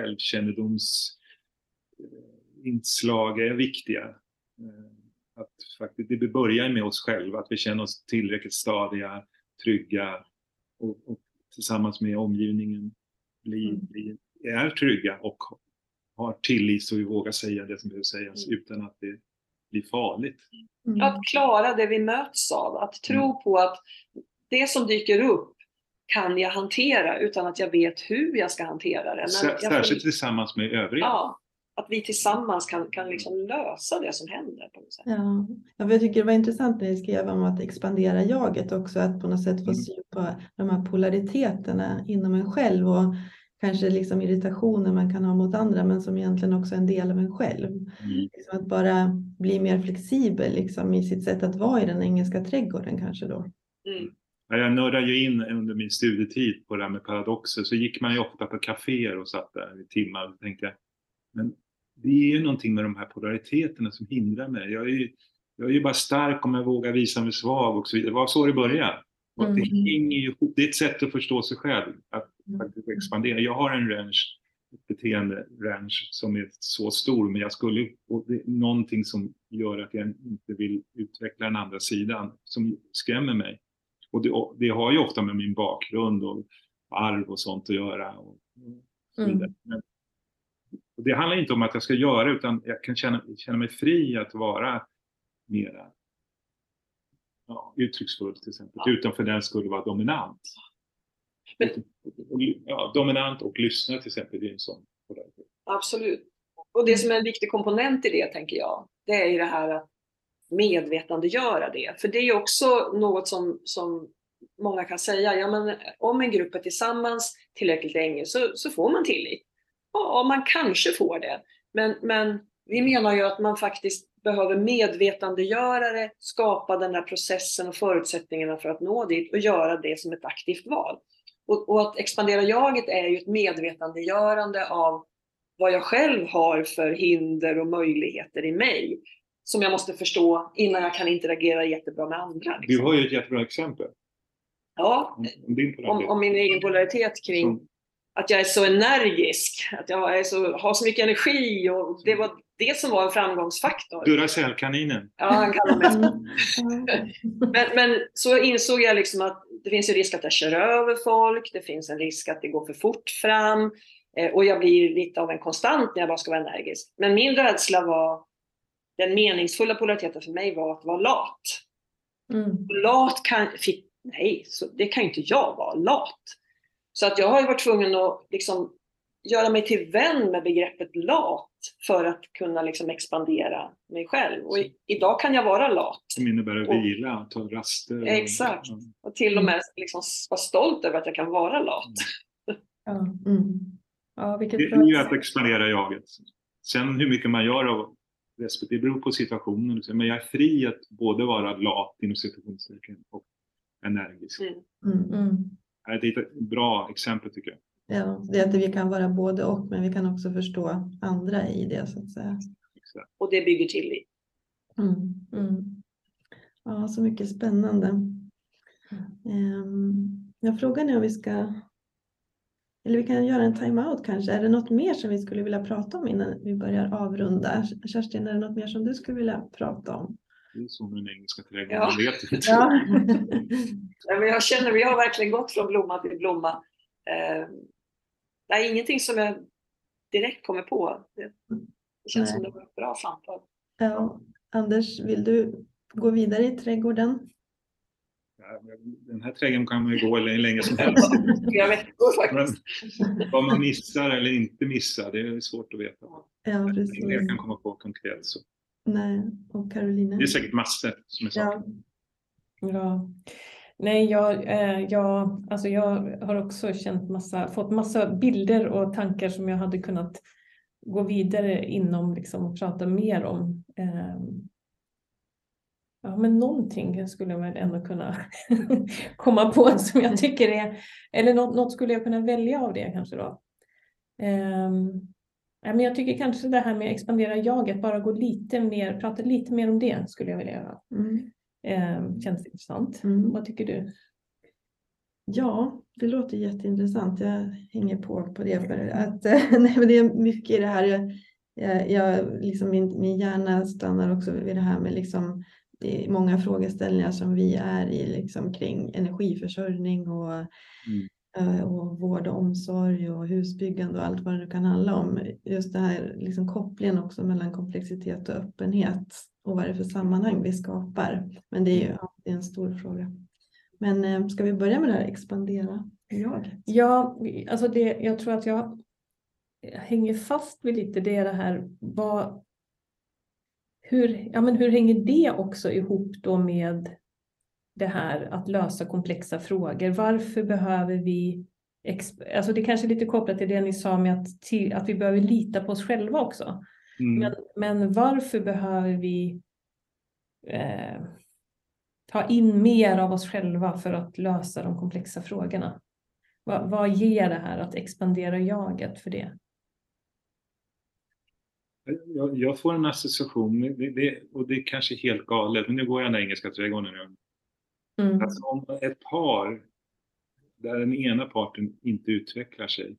självkännedomsinslag är viktiga. Eh, Att faktiskt, det börjar med oss själva, att vi känner oss tillräckligt stadiga, trygga och, och tillsammans med omgivningen blir, Mm. blir, är trygga och har tillit så vi vågar säga det som behöver sägas Mm. utan att det blir farligt. Mm. Att klara det vi möts av. Att tro på att det som dyker upp kan jag hantera utan att jag vet hur jag ska hantera det. Men Sär- jag får- Särskilt tillsammans med övriga. Ja, att vi tillsammans kan, kan liksom lösa det som händer på något sätt. Ja. Ja, jag tycker det var intressant när ni skrev om att expandera jaget också, att på något sätt få Mm. syn på de här polariteterna inom en själv och kanske liksom irritationer man kan ha mot andra men som egentligen också är en del av en själv. Mm. Liksom att bara bli mer flexibel liksom, i sitt sätt att vara i den engelska trädgården kanske då. Mm. Jag nördade ju in under min studietid på det här med paradoxer. Så gick man ju ofta på kaféer och satt där i timmar och tänkte, men det är ju någonting med de här polariteterna som hindrar mig. Jag är ju, jag är ju bara stark om jag vågar visa mig svag och så vidare. Det var så det började. Och det hänger ju ihop. Det är ett sätt att förstå sig själv, att faktiskt expandera. Jag har en range, ett beteende range som är så stor, men jag skulle, och det är någonting som gör att jag inte vill utveckla den andra sidan som skrämmer mig. Och det, och det har ju ofta med min bakgrund och arv och sånt att göra. Och, och så vidare. Mm. Men, och det handlar inte om att jag ska göra, utan jag kan känna, känna mig fri att vara mera ja, uttrycksfull till exempel, ja. Utan för den skulle vara dominant. Men, ja, dominant och lyssna till exempel, det är en sån. Absolut. Och det som är en viktig komponent i det, tänker jag, det är ju det här att medvetandegöra det. För det är ju också något som, som många kan säga, ja men om en grupp är tillsammans tillräckligt länge så, så får man tillit. Ja, man kanske får det. Men, men vi menar ju att man faktiskt behöver medvetandegöra det, skapa den här processen och förutsättningarna för att nå dit och göra det som ett aktivt val. Och, och att expandera jaget är ju ett medvetandegörande av vad jag själv har för hinder och möjligheter i mig. Som jag måste förstå innan jag kan interagera jättebra med andra. Liksom. Du har ju ett jättebra exempel. Ja, om, din om, om min egen polaritet kring som... att jag är så energisk. Att jag är så, har så mycket energi. Och det var det som var en framgångsfaktor. Duracell-kaninen. Ja, han kan mest. men, men så insåg jag liksom att det finns en risk att jag kör över folk. Det finns en risk att det går för fort fram. Och jag blir lite av en konstant när jag bara ska vara energisk. Men min rädsla var, den meningsfulla polariteten för mig var att vara lat. Mm. Lat kan, nej, så det kan inte jag vara, lat. Så att jag har varit tvungen att liksom göra mig till vän med begreppet lat för att kunna liksom expandera mig själv. Och i, idag kan jag vara lat. Som innebär att vila, ta raster. Och, exakt. Och, och till och med liksom vara stolt över att jag kan vara lat. Mm. Mm. Ja, vilket det är ju att expandera jaget. Sen hur mycket man gör av respektive, det beror på situationen. Men jag är fri att både vara lat inom situationstecken och energisk. Mm. Mm. Mm. Det är ett bra exempel tycker jag. Ja, det är att vi kan vara både och, men vi kan också förstå andra i det så att säga. Exakt. Och det bygger tillit. Mm. Mm. Ja, så mycket spännande. Um, jag frågar nu om vi ska, eller vi kan göra en time-out kanske. Är det något mer som vi skulle vilja prata om innan vi börjar avrunda? Kerstin, är det något mer som du skulle vilja prata om? Det är som den engelska trädgården, ja. Jag vet inte. Ja. Ja, men jag känner att vi har verkligen gått från blomma till blomma. Eh, det är ingenting som jag direkt kommer på. Det, det känns Nej. som det var ett bra samtal. Ja. Anders, vill du gå vidare i trädgården? Ja, den här trädgården kan man ju gå hur länge som helst. Jag vet inte faktiskt. Men vad man missar eller inte missar, det är svårt att veta. Ja, precis. Jag kan komma på konkret så. Nej, och Carolina? Det är säkert massor som är saker. Ja. Ja. Nej, jag, eh, jag, alltså jag har också känt massa, fått massa bilder och tankar som jag hade kunnat gå vidare inom liksom, och prata mer om. Eh, ja, men någonting skulle jag väl ändå kunna komma på som jag tycker är, eller något, något skulle jag kunna välja av det kanske då. Eh, ja, men jag tycker kanske det här med expandera jaget, bara gå lite mer, prata lite mer om det skulle jag vilja göra. Mm. Eh, känns intressant. Mm. Vad tycker du? Ja, det låter jätteintressant. Jag hänger på på det. För att, nej, men det är mycket i det här. Jag, jag, jag, liksom min, min hjärna stannar också vid det här med liksom, det är många frågeställningar som vi är i liksom, kring energiförsörjning och, mm. och vård och omsorg och husbyggande och allt vad det kan handla om. Just det här liksom, kopplingen också mellan komplexitet och öppenhet. Och vad är det för sammanhang vi skapar. Men det är ju det är en stor fråga. Men ska vi börja med det här expandera jaget? Ja, alltså det, jag tror att jag hänger fast vid lite det, det här. Vad, hur, ja, men hur hänger det också ihop då med det här att lösa komplexa frågor? Varför behöver vi... Alltså det kanske är lite kopplat till det ni sa med att, till, att vi behöver lita på oss själva också. Mm. Men, men varför behöver vi eh, ta in mer av oss själva för att lösa de komplexa frågorna? Vad, vad ger det här att expandera jaget för det? Jag, jag får en association, det, det, och det är kanske helt galet, men nu går jag den engelska trädgården nu. Mm. Alltså om ett par där den ena parten inte utvecklar sig,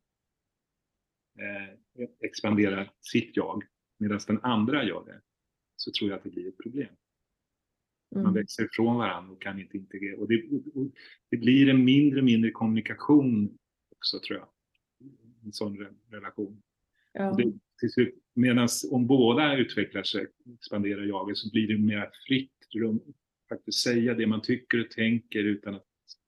eh, expanderar sitt jag, medan den andra gör det, så tror jag att det blir ett problem. Man Mm. växer ifrån varandra och kan inte integrera. Och det, och det blir en mindre mindre kommunikation också, tror jag. En sån re, relation. Ja. Och det, till slut, medan om båda utvecklar sig, expanderar jaget, så blir det mer fritt rum faktiskt säga det man tycker och tänker utan att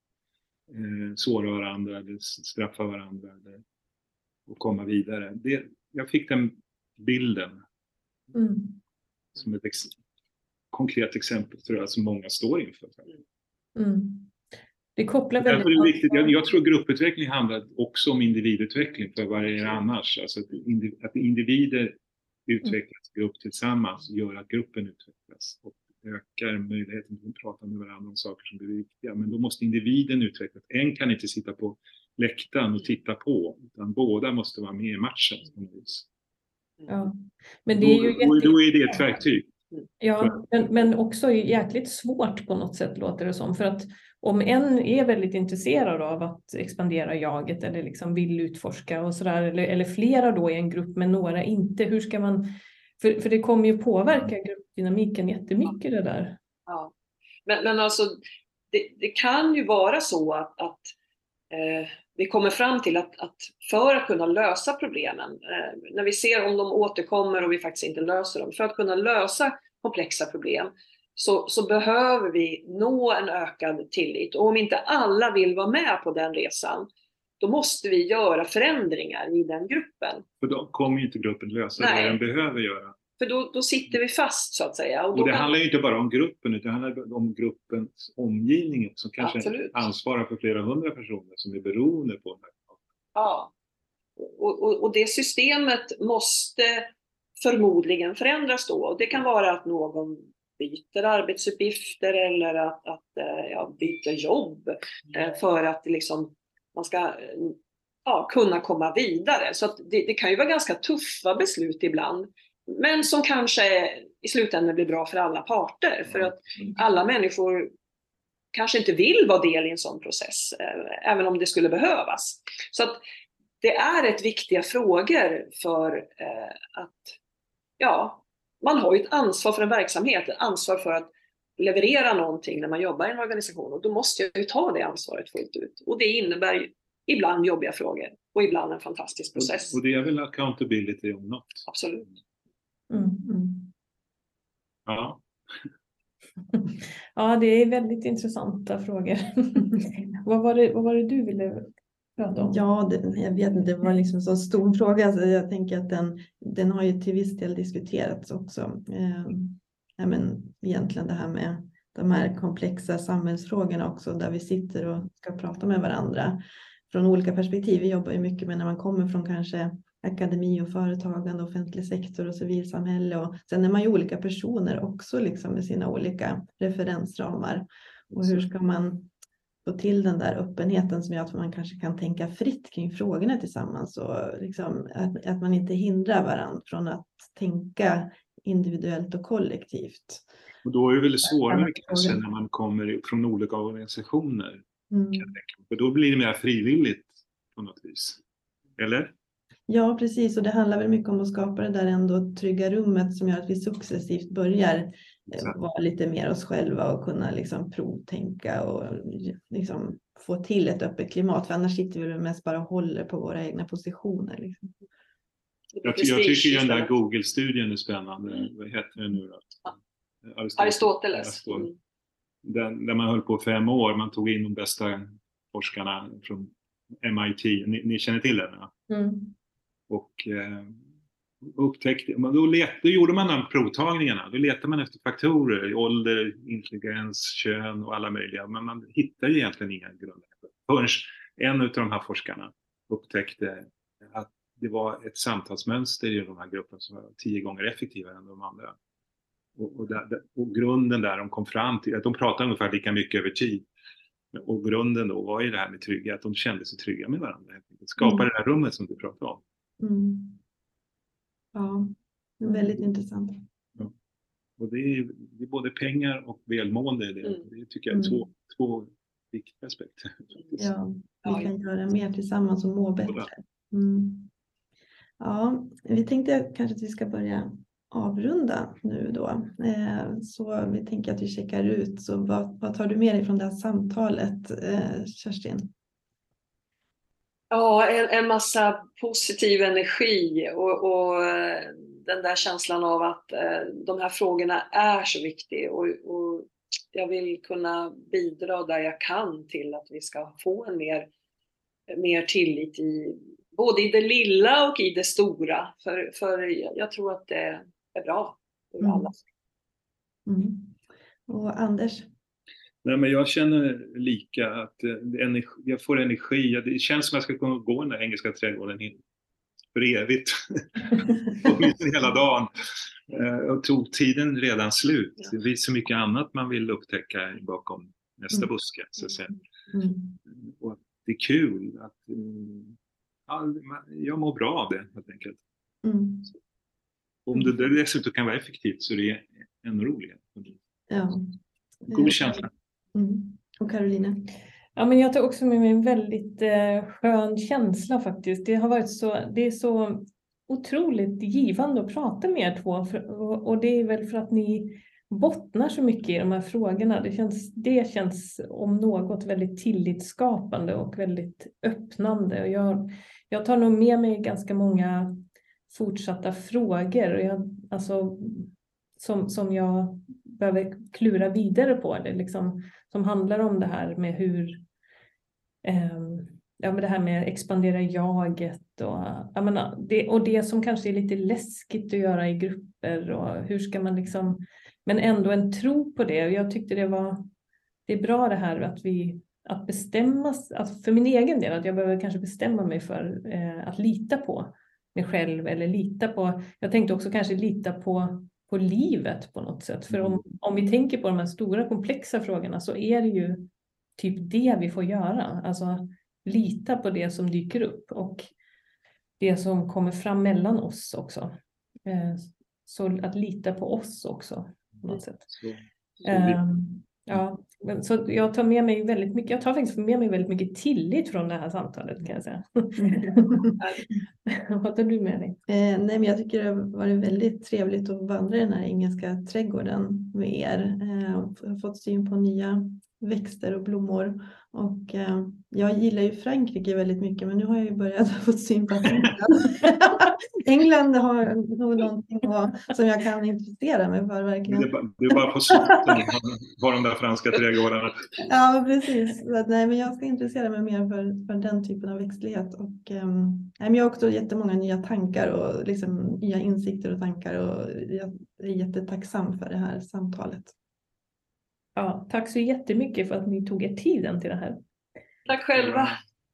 eh, såra varandra eller straffa varandra eller, och komma vidare. Det, jag fick den bilden Mm. som ett ex, konkret exempel, tror jag, som många står inför. Mm. Det kopplar väldigt... Därför är det viktigt. Jag, jag tror grupputveckling handlar också om individutveckling för vad är det annars. Alltså att, indiv, att individer utvecklas i grupp tillsammans gör att gruppen utvecklas och ökar möjligheten att prata med varandra om saker som blir viktiga. Men då måste individen utvecklas. En kan inte sitta på läktaren och titta på, utan båda måste vara med i matchen. Ja. Men det är ju då, jätte... då är det ett verktyg. Ja, men, men också jäkligt svårt på något sätt, låter det som. För att om en är väldigt intresserad av att expandera jaget eller liksom vill utforska och sådär, eller, eller flera då i en grupp men några inte, hur ska man... För, för det kommer ju påverka gruppdynamiken jättemycket, det där. Ja, men, men alltså det, det kan ju vara så att, att eh, vi kommer fram till att, att för att kunna lösa problemen, eh, när vi ser om de återkommer och vi faktiskt inte löser dem, för att kunna lösa komplexa problem så, så behöver vi nå en ökad tillit. Och om inte alla vill vara med på den resan, då måste vi göra förändringar i den gruppen. För då kommer ju inte gruppen lösa Nej. det den behöver göra. För då, då sitter vi fast, så att säga. Och, och det kan... handlar ju inte bara om gruppen, utan det handlar om gruppens omgivning som kanske Absolut. ansvarar för flera hundra personer som är beroende på det här. Ja, och, och, och det systemet måste förmodligen förändras då. Och det kan vara att någon byter arbetsuppgifter eller att, att ja, byter jobb för att liksom, man ska ja, kunna komma vidare. Så att det, det kan ju vara ganska tuffa beslut ibland. Men som kanske i slutändan blir bra för alla parter. För att alla människor kanske inte vill vara del i en sån process. Även om det skulle behövas. Så att det är rätt viktiga frågor för eh, att ja, man har ju ett ansvar för en verksamhet. Ett ansvar för att leverera någonting när man jobbar i en organisation. Och då måste jag ju ta det ansvaret fullt ut. Och det innebär ju ibland jobbiga frågor. Och ibland en fantastisk process. Och, och det är väl accountability om något? Absolut. Mm, mm. Ja. Ja, det är väldigt intressanta frågor. vad, var det, vad var det du ville prata om? Ja, det, jag vet inte, det var liksom så stor fråga. Så jag tänker att den, den har ju till viss del diskuterats också. Eh, ja, men egentligen det här med de här komplexa samhällsfrågorna också. Där vi sitter och ska prata med varandra från olika perspektiv. Vi jobbar ju mycket med när man kommer från kanske akademi och företagande, offentlig sektor och civilsamhälle. Och sen är man ju olika personer också liksom med sina olika referensramar. Och hur ska man få till den där öppenheten som gör att man kanske kan tänka fritt kring frågorna tillsammans. Och liksom att, att man inte hindrar varandra från att tänka individuellt och kollektivt. Och då är det väldigt svårare kanske när man kommer från olika organisationer. Mm. För då blir det mer frivilligt på något vis. Eller? Ja, precis. Och det handlar väl mycket om att skapa det där ändå trygga rummet som gör att vi successivt börjar eh, vara lite mer oss själva och kunna liksom provtänka och liksom få till ett öppet klimat. För annars sitter vi mest bara och håller på våra egna positioner. Liksom. Jag, jag tycker ju den där Google-studien är spännande. Vad heter det nu då? Aristoteles. Aristoteles. Mm. Den, där man höll på fem år. Man tog in de bästa forskarna från M I T. Ni, ni känner till den? Ja? Mm. Och eh, upptäckte, då, let, då gjorde man de provtagningarna. Då letade man efter faktorer, ålder, intelligens, kön och alla möjliga. Men man hittade egentligen inga grunder. Förrän en av de här forskarna upptäckte att det var ett samtalsmönster i de här grupperna som var tio gånger effektivare än de andra. Och, och, där, och grunden där de kom fram till, att de pratade ungefär lika mycket över tid. Och grunden då var ju det här med trygghet, att de kände sig trygga med varandra. Skapa mm. det här rummet som du pratade om. Mm. Ja, det är väldigt mm. intressant. Ja. Och det är, det är både pengar och välmående. Det, mm. det tycker jag är två, mm. två viktiga aspekter. Ja, vi kan göra mer tillsammans och må bättre. Mm. Ja, vi tänkte kanske att vi ska börja avrunda nu då. Eh, så vi tänker att vi checkar ut. Så vad, vad tar du med dig från det här samtalet, eh, Kerstin? Ja, en, en massa positiv energi och, och den där känslan av att eh, de här frågorna är så viktiga och, och jag vill kunna bidra där jag kan till att vi ska få en mer, mer tillit i både i det lilla och i det stora. För, för jag tror att det är bra för mm. alla. Mm. Och Anders? Nej, men jag känner lika att energi, jag får energi. Det känns som att jag ska kunna gå den där engelska trädgården in för evigt. Hela dagen. Och tog tiden redan slut. Det blir så mycket annat man vill upptäcka bakom nästa mm. buske. Så att säga. Mm. Och det är kul att ja, jag mår bra av det helt enkelt. Mm. Om det dessutom kan vara effektivt så är det ännu roligare. Ja. God känsla. Mm. Och Karolina? Ja, men jag tar också med mig en väldigt eh, skön känsla faktiskt. Det har varit så, det är så otroligt givande att prata med er två. För, och, och det är väl för att ni bottnar så mycket i de här frågorna. Det känns, det känns om något väldigt tillitsskapande och väldigt öppnande. Och jag, jag tar nog med mig ganska många fortsatta frågor. Och jag, alltså, som, som jag behöver klura vidare på. Eller liksom, som handlar om det här med hur... Eh, ja, men det här med expandera jaget. Och, jag menar, det, och det som kanske är lite läskigt att göra i grupper. Och hur ska man liksom... Men ändå en tro på det. Och jag tyckte det var... Det är bra det här att vi... Att bestämma... Att för min egen del. Att jag behöver kanske bestämma mig för eh, att lita på mig själv. Eller lita på... Jag tänkte också kanske lita på... på livet på något sätt. För om, om vi tänker på de här stora komplexa frågorna så är det ju typ det vi får göra. Alltså lita på det som dyker upp och det som kommer fram mellan oss också. Eh, så att lita på oss också på något sätt. Så, så eh, ja, så jag tar med mig väldigt mycket, jag tar faktiskt med mig väldigt mycket tillit från det här samtalet kan jag säga. Vad tar du med dig? Eh, nej, men jag tycker det har varit väldigt trevligt att vandra i den här engelska trädgården med er. Eh, jag har fått syn på nya växter och blommor. Och eh, jag gillar ju Frankrike väldigt mycket, men nu har jag ju börjat få syn på England. England har nog någonting som jag kan intressera mig för verkligen. Det är bara, det är bara på slutet var de där franska trädgårdarna. Ja, precis. Så att, nej, men jag ska intressera mig mer för, för den typen av växtlighet. Och, um, nej, men jag har också jättemånga nya tankar och liksom, nya insikter och tankar. Och jag är jättetacksam för det här samtalet. Ja, tack så jättemycket för att ni tog er tiden till det här. Tack själva.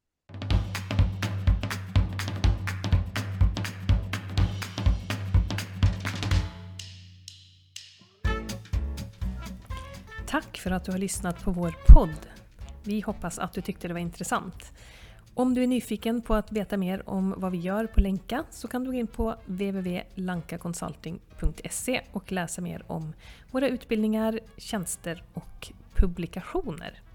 Tack för att du har lyssnat på vår podd. Vi hoppas att du tyckte det var intressant. Om du är nyfiken på att veta mer om vad vi gör på Länka så kan du gå in på w w w punkt lanka consulting punkt se och läsa mer om våra utbildningar, tjänster och publikationer.